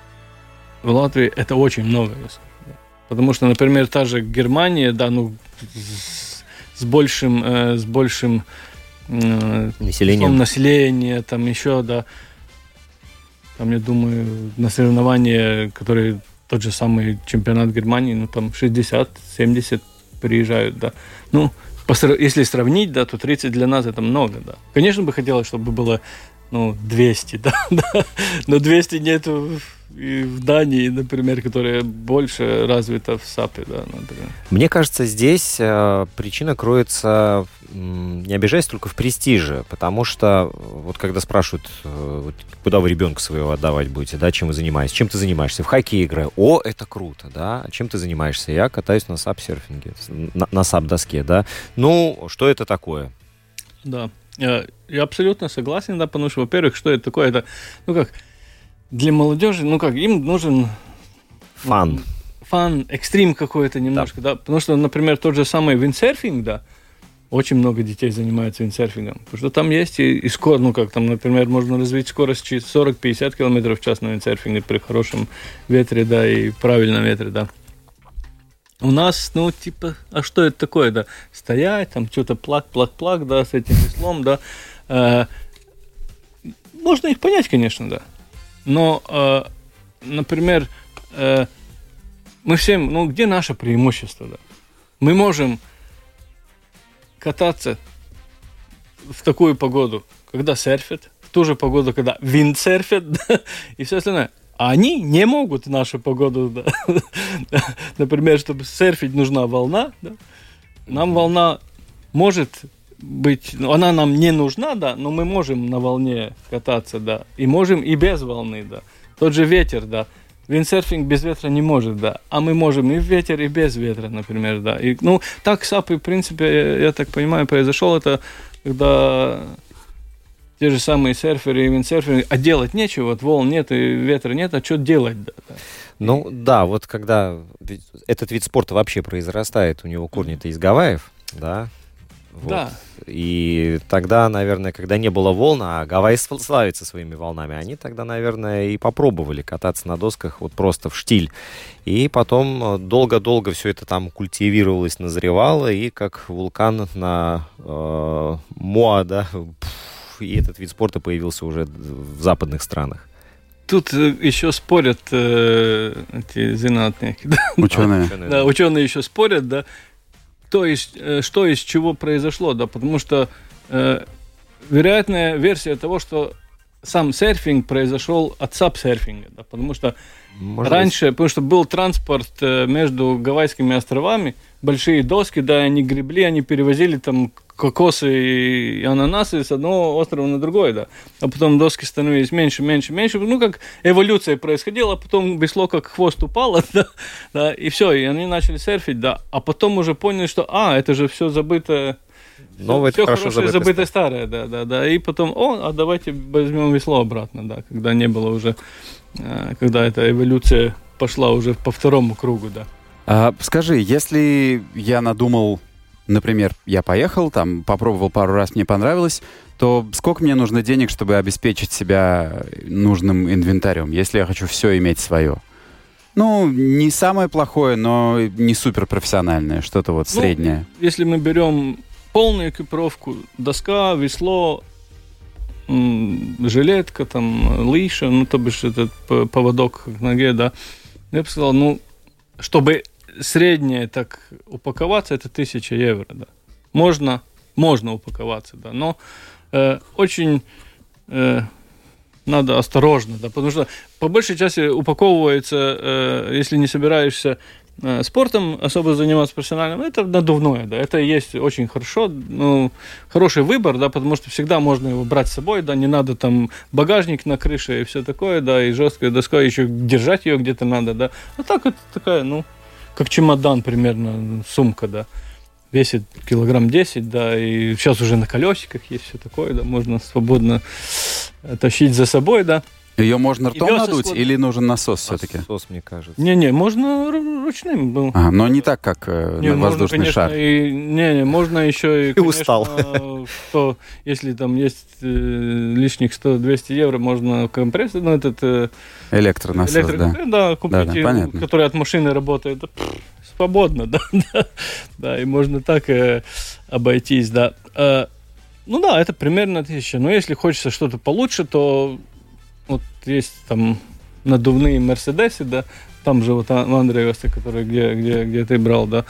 [SPEAKER 5] в Латвии это очень много. Да. Потому что, например, та же Германия, да, ну, с, с большим, э, с большим э,
[SPEAKER 3] населением.
[SPEAKER 5] населения, там еще, да, там, я думаю, на соревнования, которые тот же самый чемпионат Германии, ну, там шестьдесят-семьдесят приезжают, да. Ну, если сравнить, да, то тридцать для нас это много, да. Конечно, бы хотелось, чтобы было, ну, двести, да, да. Но двести нету и в Дании, например, которая больше развита в сапе, да, например.
[SPEAKER 3] Мне кажется, здесь э, причина кроется, м, не обижайся, только в престиже, потому что вот когда спрашивают, э, вот, куда вы ребенка своего отдавать будете, да, чем вы занимаетесь, чем ты занимаешься, в хоккей играю, о, это круто, да, а чем ты занимаешься, я катаюсь на сап-серфинге, на, на сап-доске, да, ну, что это такое?
[SPEAKER 5] Да, я, я абсолютно согласен, да, потому что, во-первых, что это такое, это, ну как, для молодежи, ну как, им нужен...
[SPEAKER 3] Фан.
[SPEAKER 5] Фан, экстрим какой-то немножко, да. да, потому что, например, тот же самый виндсерфинг, да, очень много детей занимаются виндсерфингом, потому что там есть и, и скорость, ну как там, например, можно развить скорость сорок-пятьдесят километров в час на виндсерфинге при хорошем ветре, да, и правильном ветре, да. У нас, ну, типа, а что это такое, да, стоять, там, что-то плак-плак-плак, да, с этим веслом, да, э, можно их понять, конечно, да. Но, э, например, э, мы всем, ну, где наше преимущество, да? Мы можем кататься в такую погоду, когда серфят, в ту же погоду, когда виндсерфят, да, и все остальное. А они не могут в нашу погоду, да. Например, чтобы серфить, нужна волна, да. Нам волна может быть, она нам не нужна, да, но мы можем на волне кататься, да, и можем и без волны, да. Тот же ветер, да. Виндсерфинг без ветра не может, да, а мы можем и в ветер, и без ветра, например, да. И, ну, так сап, в принципе, я, я так понимаю, произошел это, когда те же самые серферы и виндсерферы, а делать нечего, вот волн нет и ветра нет, а что делать, да, да.
[SPEAKER 3] Ну, да, вот когда этот вид спорта вообще произрастает, у него корни-то из Гавайев, да? Вот.
[SPEAKER 5] Да.
[SPEAKER 3] И тогда, наверное, когда не было волн, а Гавайи славится своими волнами, они тогда, наверное, и попробовали кататься на досках вот просто в штиль. И потом долго-долго все это там культивировалось, назревало, и как вулкан на э, Моа, да, и этот вид спорта появился уже в западных странах.
[SPEAKER 5] Тут еще спорят э, эти зенатники. Да?
[SPEAKER 4] Ученые.
[SPEAKER 3] А, ученые,
[SPEAKER 5] Да,
[SPEAKER 3] да.
[SPEAKER 5] ученые еще спорят, да, то есть, э, что из чего произошло, да, потому что э, вероятная версия того, что сам серфинг произошел от сапсерфинга, да, потому что
[SPEAKER 3] Может
[SPEAKER 5] раньше, быть. Потому что был транспорт э, между Гавайскими островами, большие доски, да, они гребли, они перевозили там кокосы и ананасы с одного острова на другой, да. А потом доски становились меньше, меньше, меньше. Ну, как эволюция происходила, а потом весло как хвост упало, да, да, и все, и они начали серфить, да. А потом уже поняли, что, а, это же все забытое,
[SPEAKER 3] Новое,
[SPEAKER 5] все
[SPEAKER 3] хорошо
[SPEAKER 5] хорошее,
[SPEAKER 3] забытое
[SPEAKER 5] забытое старое, да, да, да. И потом, о, а давайте возьмем весло обратно, да, когда не было уже, э, когда эта эволюция пошла уже по второму кругу, да.
[SPEAKER 4] А, скажи, если я надумал, например, я поехал, там, попробовал пару раз, мне понравилось, то сколько мне нужно денег, чтобы обеспечить себя нужным инвентарем, если я хочу все иметь свое? Ну, не самое плохое, но не суперпрофессиональное, что-то вот
[SPEAKER 5] Ну,
[SPEAKER 4] среднее.
[SPEAKER 5] Если мы берем полную экипировку, доска, весло, м, жилетка, там, лыжа, ну, то бишь этот п- поводок к ноге, да, я бы сказал, ну, чтобы среднее так упаковаться, это тысяча евро, да. Можно, можно упаковаться, да, но э, очень э, надо осторожно, да, потому что по большей части упаковывается, э, если не собираешься э, спортом особо заниматься профессиональным, это надувное, да, это и есть очень хорошо, ну, хороший выбор, да, потому что всегда можно его брать с собой, да, не надо там багажник на крыше и все такое, да, и жесткая доска, еще держать ее где-то надо, да, а так это такая, ну, как чемодан примерно, сумка, да, весит килограмм десять, да, и сейчас уже на колесиках есть все такое, да, можно свободно тащить за собой, да.
[SPEAKER 4] Ее можно ртом
[SPEAKER 5] веса
[SPEAKER 4] надуть
[SPEAKER 5] склад-
[SPEAKER 4] или нужен насос все-таки?
[SPEAKER 3] Насос, мне кажется.
[SPEAKER 5] Не-не, можно ру- ручным. Ну,
[SPEAKER 4] Ага, но не так, как э,
[SPEAKER 5] не,
[SPEAKER 4] на
[SPEAKER 5] можно,
[SPEAKER 4] воздушный
[SPEAKER 5] конечно,
[SPEAKER 4] шар.
[SPEAKER 5] И, не, не, можно еще и,
[SPEAKER 3] И устал.
[SPEAKER 5] конечно, то, если там есть э, лишних сто-двести евро, можно компрессор, ну, этот э,
[SPEAKER 4] Электронасос, да.
[SPEAKER 5] электрокомпрессор, да, купить,
[SPEAKER 4] Да, да,
[SPEAKER 5] и,
[SPEAKER 4] понятно.
[SPEAKER 5] который от машины работает, да, пф, свободно, да, да, да, и можно так э, обойтись, да. Э, ну да, это примерно тысяча, но если хочется что-то получше, то вот есть там надувные Мерседесы, да, там же вот в Андреевсе, который где, где, где ты брал, да,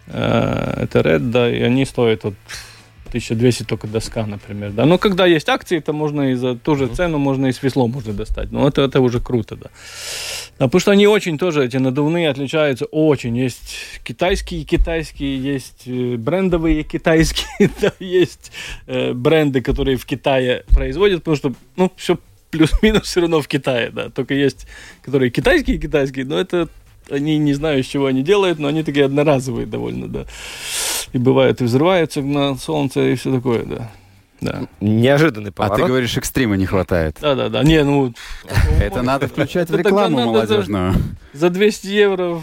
[SPEAKER 5] э, это Red, да, и они стоят вот тысяча двести только доска, например, да. Но когда есть акции, то можно и за ту же цену можно и с веслом можно достать. Но это, это уже круто, да. А потому что они очень тоже, эти надувные, отличаются очень. Есть китайские китайские, есть э, брендовые китайские, да, есть э, бренды, которые в Китае производят, потому что, ну, все плюс-минус все равно в Китае, да. Только есть, которые китайские-китайские, но это они не знаю, из чего они делают, но они такие одноразовые довольно, да. И бывает, и взрываются на солнце, и все такое, да. Да,
[SPEAKER 3] Неожиданный
[SPEAKER 4] А
[SPEAKER 3] поворот.
[SPEAKER 4] ты говоришь, экстрима не хватает.
[SPEAKER 5] да, да. да. Не, ну...
[SPEAKER 4] Это надо включать в
[SPEAKER 5] Это тогда
[SPEAKER 4] рекламу
[SPEAKER 5] надо
[SPEAKER 4] молодежную.
[SPEAKER 5] За двести евро в-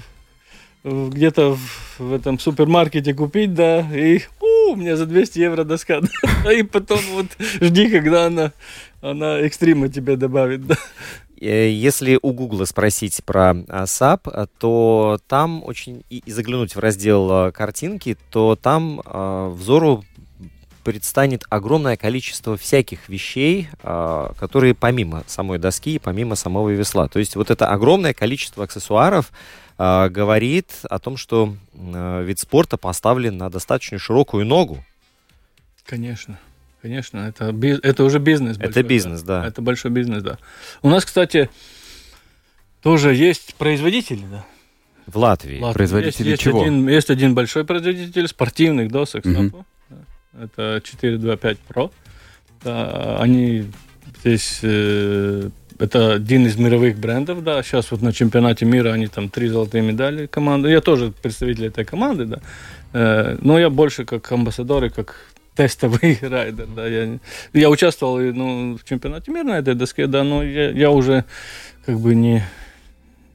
[SPEAKER 5] в- где-то в, в этом супермаркете купить, да, и у, у меня за двести евро доска, да, и потом вот жди, когда она, она экстрима тебе добавит, да.
[SPEAKER 3] Э, Если у Гугла спросить про а, САП, а, то там очень и, и заглянуть в раздел а, картинки, то там а, взору предстанет огромное количество всяких вещей, а, которые помимо самой доски и помимо самого весла. То есть вот это огромное количество аксессуаров а, говорит о том, что а, вид спорта поставлен на достаточно широкую ногу.
[SPEAKER 5] Конечно. Конечно, это, биз- это уже бизнес.
[SPEAKER 3] Это
[SPEAKER 5] большой,
[SPEAKER 3] бизнес, да.
[SPEAKER 5] Это большой бизнес, да. У нас, кстати, тоже есть производители, да.
[SPEAKER 3] В Латвии.
[SPEAKER 5] Ладно,
[SPEAKER 4] Производители
[SPEAKER 5] есть, есть
[SPEAKER 4] чего?
[SPEAKER 5] Один, есть один большой производитель спортивных досок.
[SPEAKER 4] Мгм.
[SPEAKER 5] Сапо, да. Это четыре двадцать пять Pro. Да, они здесь... э, это один из мировых брендов, да. Сейчас вот на чемпионате мира они там три золотые медали команды. Я тоже представитель этой команды, да. Э, но я больше как амбассадор и как тестовый райдер, да. Я, я участвовал ну, в чемпионате мира на этой доске, да, но я, я уже как бы не...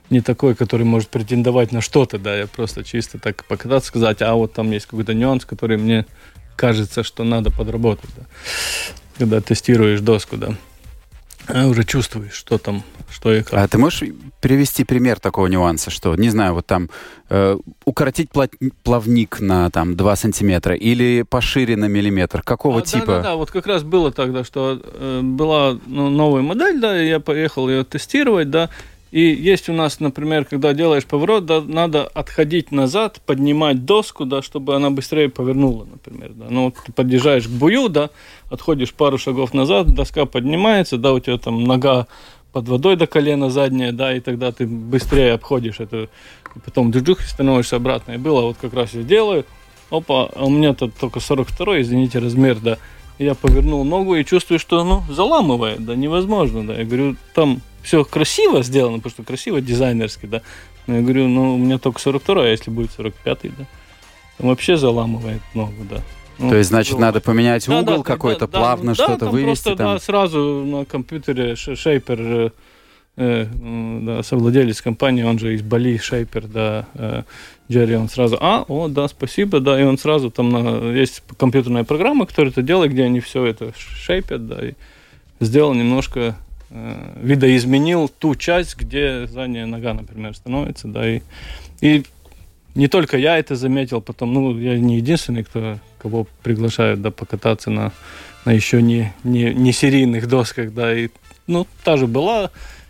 [SPEAKER 5] не такой, который может претендовать на что-то, да, я просто чисто так покататься, сказать, а вот там есть какой-то нюанс, который мне кажется, что надо подработать, да. Когда тестируешь доску, да, а уже чувствуешь, что там, что и как.
[SPEAKER 4] А ты можешь привести пример такого нюанса, что, не знаю, вот там э, укоротить пла- плавник на там два сантиметра или пошире на миллиметр? Какого
[SPEAKER 5] а,
[SPEAKER 4] типа?
[SPEAKER 5] Да, да, да, вот как раз было тогда, что э, была ну, новая модель, да, и я поехал ее тестировать, да, и есть у нас, например, когда делаешь поворот, да, надо отходить назад, поднимать доску, да, чтобы она быстрее повернула, например, да. Ну, вот ты подъезжаешь к бую, да, отходишь пару шагов назад, доска поднимается, да, у тебя там нога под водой до колена задняя, да, и тогда ты быстрее обходишь это, и потом джух, становишься обратно. И было вот как раз я делаю, опа, а у меня тут только сорок второй, извините, размер, да, и я повернул ногу и чувствую, что, ну, заламывает, да, невозможно, да, я говорю, там все красиво сделано, потому что красиво, дизайнерски, да, но я говорю, ну, у меня только сорок второй, а если будет сорок пятый, да, там вообще заламывает ногу, да. Ну,
[SPEAKER 4] То есть, значит,
[SPEAKER 5] было.
[SPEAKER 4] надо поменять
[SPEAKER 5] Да,
[SPEAKER 4] угол
[SPEAKER 5] да,
[SPEAKER 4] какой-то,
[SPEAKER 5] да,
[SPEAKER 4] плавно
[SPEAKER 5] да,
[SPEAKER 4] что-то
[SPEAKER 5] там
[SPEAKER 4] вывести
[SPEAKER 5] просто,
[SPEAKER 4] там?
[SPEAKER 5] Да, сразу на компьютере шейпер, э, э, да, совладелец компании, он же из Бали, шейпер, да, э, Джерри, он сразу, а, о, да, спасибо, да, и он сразу там, на, есть компьютерная программа, которая это делает, где они все это шейпят, да, и сделал немножко, э, видоизменил ту часть, где задняя нога, например, становится, да, и, и не только я это заметил, потом, ну, я не единственный, кто, кого приглашают, да, покататься на, на еще не, не, не серийных досках, да, и, ну, та же была,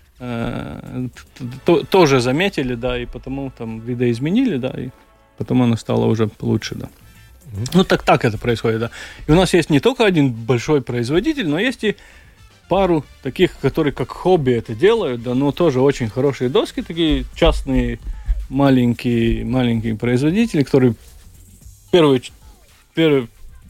[SPEAKER 5] э, то, тоже заметили, да, и потому там видоизменили, да, и потом она стала уже лучше, да. Mm-hmm. Ну, так, так это происходит, да. И у нас есть не только один большой производитель, но есть и пару таких, которые как хобби это делают, да, но тоже очень хорошие доски, такие частные, маленькие, маленькие производители, которые первые, первые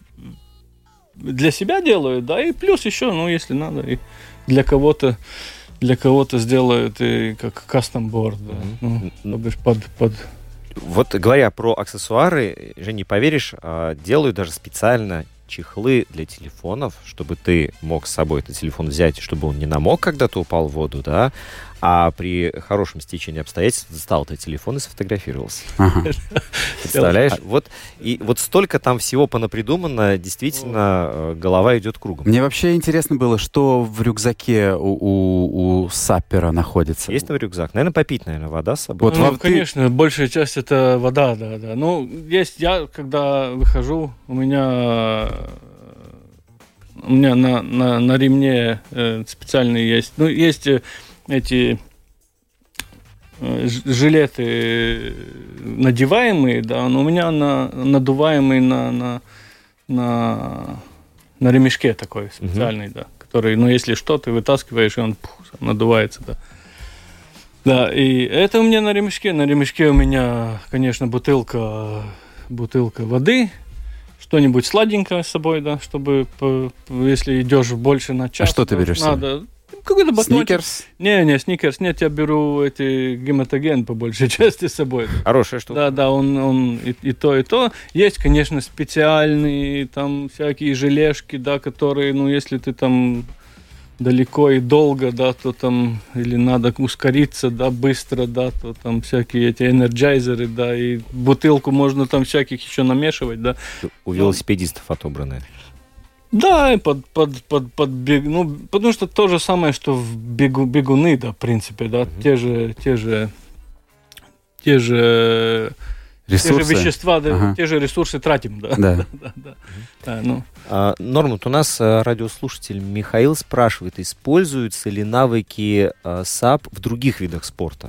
[SPEAKER 5] для себя делают, да, и плюс еще, ну, если надо, и для кого-то, для кого-то сделают и как кастом-борд, да, mm-hmm. ну, то бишь под, под...
[SPEAKER 3] Вот говоря про аксессуары, Жень, не поверишь, делают даже специально чехлы для телефонов, чтобы ты мог с собой этот телефон взять, чтобы он не намок, когда ты упал в воду, да, а при хорошем стечении обстоятельств достал этот телефон и сфотографировался. Ага. Представляешь? Вот, и вот столько там всего понапридумано, действительно, голова идет кругом.
[SPEAKER 4] Мне вообще интересно было, что в рюкзаке у, у, у саппера находится.
[SPEAKER 3] Есть там рюкзак? Наверное, попить, наверное, вода с собой.
[SPEAKER 5] Вот, ну, вам конечно, ты... большая часть это вода, да, да. Ну, есть я, когда выхожу, у меня... У меня на, на, на ремне э, специальные есть. Ну, есть э, эти э, жилеты надеваемые, да, но у меня на, надуваемый на, на, на, на ремешке такой специальный, mm-hmm. да, который, ну, если что, ты вытаскиваешь, и он пух, надувается, да. Да, и это у меня на ремешке. На ремешке у меня, конечно, бутылка, бутылка воды, что-нибудь сладенькое с собой, да, чтобы, по, если идешь больше на час...
[SPEAKER 4] А что ты берешь?
[SPEAKER 5] Надо... Какой-то батончик.
[SPEAKER 4] Сникерс?
[SPEAKER 5] Не, не, сникерс. Нет, я беру эти гематоген по большей части с собой.
[SPEAKER 3] Хорошая штука.
[SPEAKER 5] Да, да, он, он и, и то, и то. Есть, конечно, специальные там всякие желешки, да, которые, ну, если ты там далеко и долго, да, то там или надо ускориться, да, быстро, да, то там всякие эти энерджайзеры, да, и бутылку можно там всяких еще намешивать, да.
[SPEAKER 3] У велосипедистов отобранные.
[SPEAKER 5] Да, и под, под, под, под бег, ну, потому что то же самое, что в бегу, бегуны, да, в принципе, да, mm-hmm. те же, те же, те же,
[SPEAKER 4] ресурсы.
[SPEAKER 5] те же вещества, да,
[SPEAKER 4] ага.
[SPEAKER 5] те же ресурсы тратим, да.
[SPEAKER 4] Да.
[SPEAKER 5] да, да, да. Mm-hmm. да ну.
[SPEAKER 3] а, Нормут, у нас а, радиослушатель Михаил спрашивает, используются ли навыки а, САП в других видах спорта?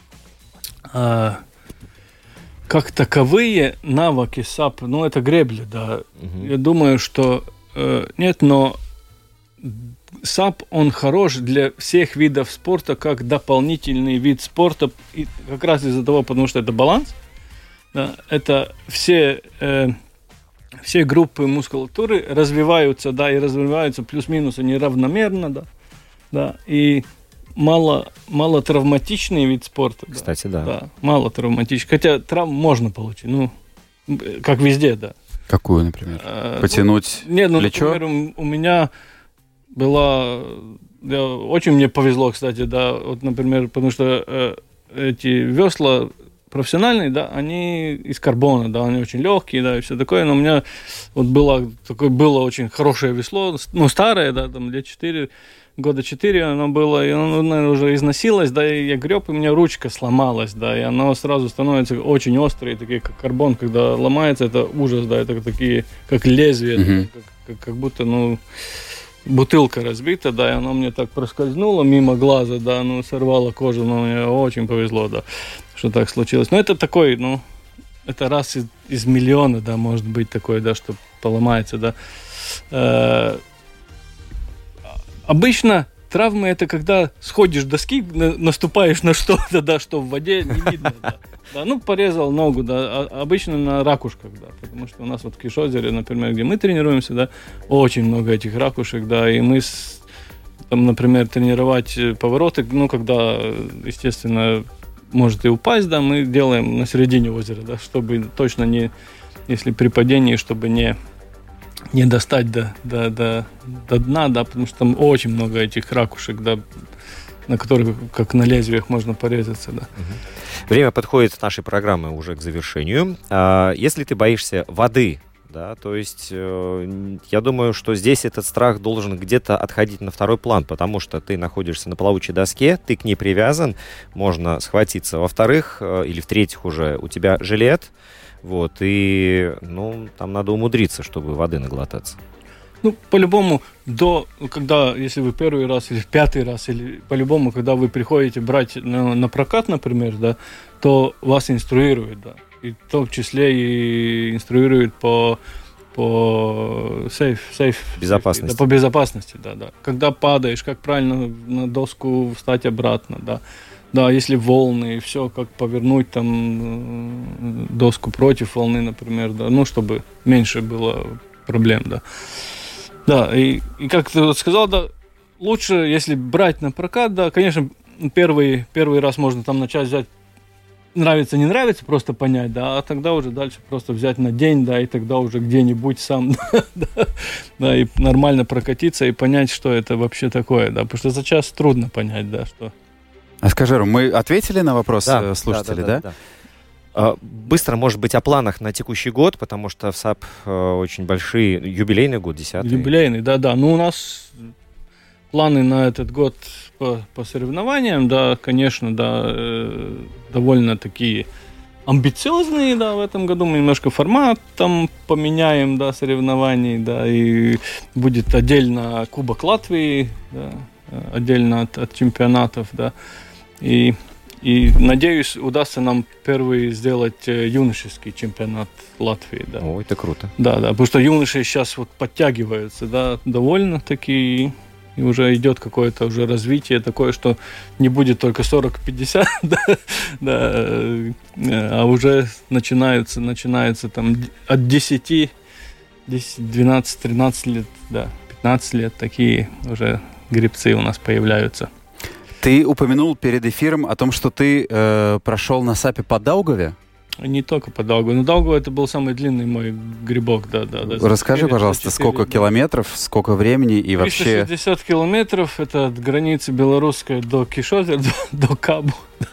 [SPEAKER 5] А, как таковые навыки САП, ну, это гребли, да. Mm-hmm. Я думаю, что нет, но САП, он хорош для всех видов спорта, как дополнительный вид спорта, и как раз из-за того, потому что это баланс, да, это все, э, все группы мускулатуры развиваются, да, и развиваются плюс-минус они равномерно, да, да, и мало, мало травматичный вид спорта.
[SPEAKER 3] Кстати, да.
[SPEAKER 5] да. Мало травматичный, хотя травм можно получить, ну, как везде, да.
[SPEAKER 4] Какую, например? А, Потянуть
[SPEAKER 5] ну, нет, ну,
[SPEAKER 4] плечо?
[SPEAKER 5] Например, у, у меня была... Я, очень мне повезло, кстати, да, вот, например, потому что э, эти весла профессиональные, да, они из карбона, да, они очень легкие, да, и все такое, но у меня вот было, такое, было очень хорошее весло, ну, старое, да, там, лет четыре, года четыре оно было, и оно, наверное, уже износилось, да, и я греб, и у меня ручка сломалась, да, и оно сразу становится очень острое, такие, как карбон, когда ломается, это ужас, да, это такие, как лезвие, mm-hmm. как, как, как будто, ну, бутылка разбита, да, и оно мне так проскользнуло мимо глаза, да, ну, сорвало кожу, но мне очень повезло, да, что так случилось. Но это такой, ну, это раз из, из миллиона, да, может быть такое, да, что поломается, да. Э, обычно травмы это когда сходишь с доски, на, наступаешь на что-то, да, что в воде не видно, да. Да, ну, порезал ногу, да, а, обычно на ракушках, да, потому что у нас вот в Киш-озере, например, где мы тренируемся, да, очень много этих ракушек, да, и мы, с, там, например, тренировать повороты, ну, когда, естественно, может и упасть, да, мы делаем на середине озера, да, чтобы точно не, если при падении, чтобы не, не достать до, до, до, до дна, да, потому что там очень много этих ракушек, да, на которых, как на лезвиях, можно порезаться, да.
[SPEAKER 3] Время подходит нашей программы уже к завершению. Если ты боишься воды, да, то есть я думаю, что здесь этот страх должен где-то отходить на второй план, потому что ты находишься на плавучей доске, ты к ней привязан, можно схватиться. Во-вторых, или в-третьих уже, у тебя жилет, вот, и, ну, там надо умудриться, чтобы воды наглотаться.
[SPEAKER 5] Ну, по-любому, до, когда, если вы первый раз или пятый раз, или по-любому, когда вы приходите брать на, на прокат, например, да, то вас инструируют, да, и в том числе и инструируют по, по сейф, сейф,
[SPEAKER 3] безопасности.
[SPEAKER 5] Да, по безопасности, да, да. Когда падаешь, как правильно на доску встать обратно, да. Да, если волны, все, как повернуть там доску против волны, например, да, ну, чтобы меньше было проблем, да. Да, и, и как ты вот сказал, да, лучше, если брать на прокат, да, конечно, первый, первый раз можно там начать взять, нравится, не нравится, просто понять, да, а тогда уже дальше просто взять на день, да, и тогда уже где-нибудь сам, да, да, и нормально прокатиться и понять, что это вообще такое, да, потому что за час трудно понять, да, что...
[SPEAKER 4] А скажи, Ром, мы ответили на вопрос
[SPEAKER 3] да,
[SPEAKER 4] слушателей,
[SPEAKER 3] да? да, да, да. Быстро, может быть, о планах на текущий год, потому что в САП очень большие, юбилейный год, десятый.
[SPEAKER 5] Юбилейный, да-да. Ну, у нас планы на этот год по, по соревнованиям, да, конечно, да, э, довольно такие амбициозные, да, в этом году. Мы немножко формат там поменяем, да, соревнований, да, и будет отдельно Кубок Латвии, да, отдельно от, от чемпионатов, да, и... И, надеюсь, удастся нам первый сделать э, юношеский чемпионат Латвии. Да.
[SPEAKER 3] О, это круто.
[SPEAKER 5] Да, да, потому что юноши сейчас вот подтягиваются, да, довольно-таки, и уже идет какое-то уже развитие такое, что не будет только сорок-пятьдесят, да, да, а уже начинаются, начинаются там от десяти, десять, двенадцать, тринадцать лет, да, пятнадцать лет такие уже гребцы у нас появляются.
[SPEAKER 4] Ты упомянул перед эфиром о том, что ты э, прошел на САПе по Даугаве?
[SPEAKER 5] Не только по Даугаве. Но Даугава это был самый длинный мой грибок. Да, да, да.
[SPEAKER 4] Расскажи, четыре, пожалуйста, четыре, сколько да. километров, сколько времени и вообще...
[SPEAKER 5] триста шестьдесят километров, это от границы белорусской до Киш-озера, до, до Кабу.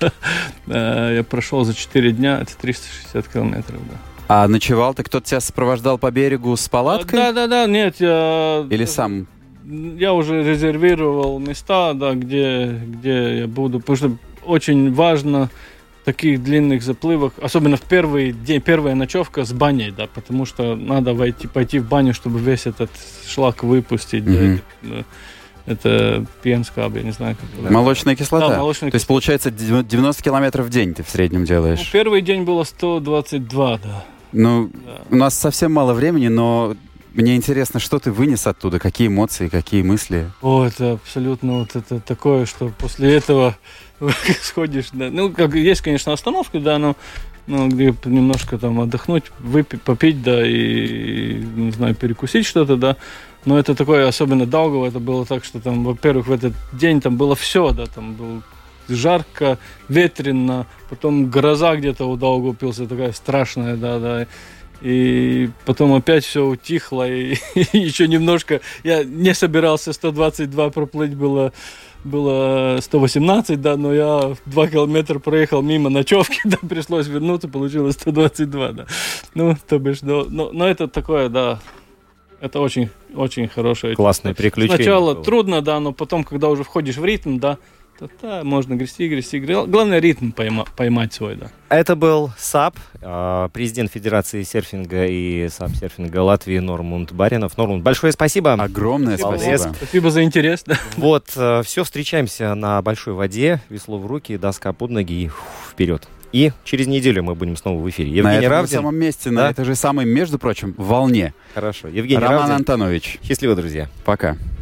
[SPEAKER 5] Да. Я прошел за четыре дня, это триста шестьдесят километров, да.
[SPEAKER 4] А ночевал ты? Кто-то тебя сопровождал по берегу с палаткой?
[SPEAKER 5] Да, да, да, нет, я...
[SPEAKER 4] Или сам...
[SPEAKER 5] Я уже резервировал места, да, где, где я буду, потому что очень важно в таких длинных заплывах, особенно в первый день, первая ночевка с баней, да, потому что надо войти, пойти в баню, чтобы весь этот шлак выпустить. Mm-hmm. Да, это пьенскаб, я не знаю, как.
[SPEAKER 4] Молочная кислота?
[SPEAKER 5] Да, молочная
[SPEAKER 4] То есть, получается, девяносто километров в день ты в среднем делаешь?
[SPEAKER 5] Ну, первый день было сто двадцать два, да.
[SPEAKER 4] Ну,
[SPEAKER 5] да.
[SPEAKER 4] У нас совсем мало времени, но... Мне интересно, что ты вынес оттуда, какие эмоции, какие мысли?
[SPEAKER 5] О, это абсолютно вот это такое, что после этого сходишь, да. Ну, как есть, конечно, остановки, да, но, но где немножко там отдохнуть, выпить, попить, да, и, не знаю, перекусить что-то, да. Но это такое, особенно Даугава, это было так, что там, во-первых, в этот день там было все, да, там было жарко, ветрено, потом гроза где-то у Даугавпилса такая страшная, да, да. И потом опять все утихло, и, и еще немножко... Я не собирался сто двадцать два проплыть, было, было сто восемнадцать, да, но я два километра проехал мимо ночевки, да, пришлось вернуться, получилось сто двадцать два, да. Ну, то бишь, но, но, но это такое, да, это очень, очень хорошее.
[SPEAKER 3] Классное приключение.
[SPEAKER 5] Сначала
[SPEAKER 3] было.
[SPEAKER 5] трудно, да, но потом, когда уже входишь в ритм, да, то да, можно грести, грести, грести. Главное, ритм пойма, поймать свой, да.
[SPEAKER 3] Это был САП, президент Федерации серфинга и САП-серфинга Латвии Нормунд Баринов. Нормунд, большое спасибо.
[SPEAKER 4] Огромное
[SPEAKER 3] Молодец.
[SPEAKER 4] спасибо.
[SPEAKER 5] Спасибо за интерес, да.
[SPEAKER 3] Вот, все, встречаемся на большой воде, весло в руки, доска под ноги и фу, вперед. И через неделю мы будем снова в эфире. Евгений
[SPEAKER 4] на этом
[SPEAKER 3] Равдин.
[SPEAKER 4] же самом месте,
[SPEAKER 3] Да?
[SPEAKER 4] на этой же самой, между прочим, волне.
[SPEAKER 3] Хорошо. Евгений
[SPEAKER 4] Роман
[SPEAKER 3] Равдин.
[SPEAKER 4] Антонович.
[SPEAKER 3] Счастливо, друзья.
[SPEAKER 4] Пока.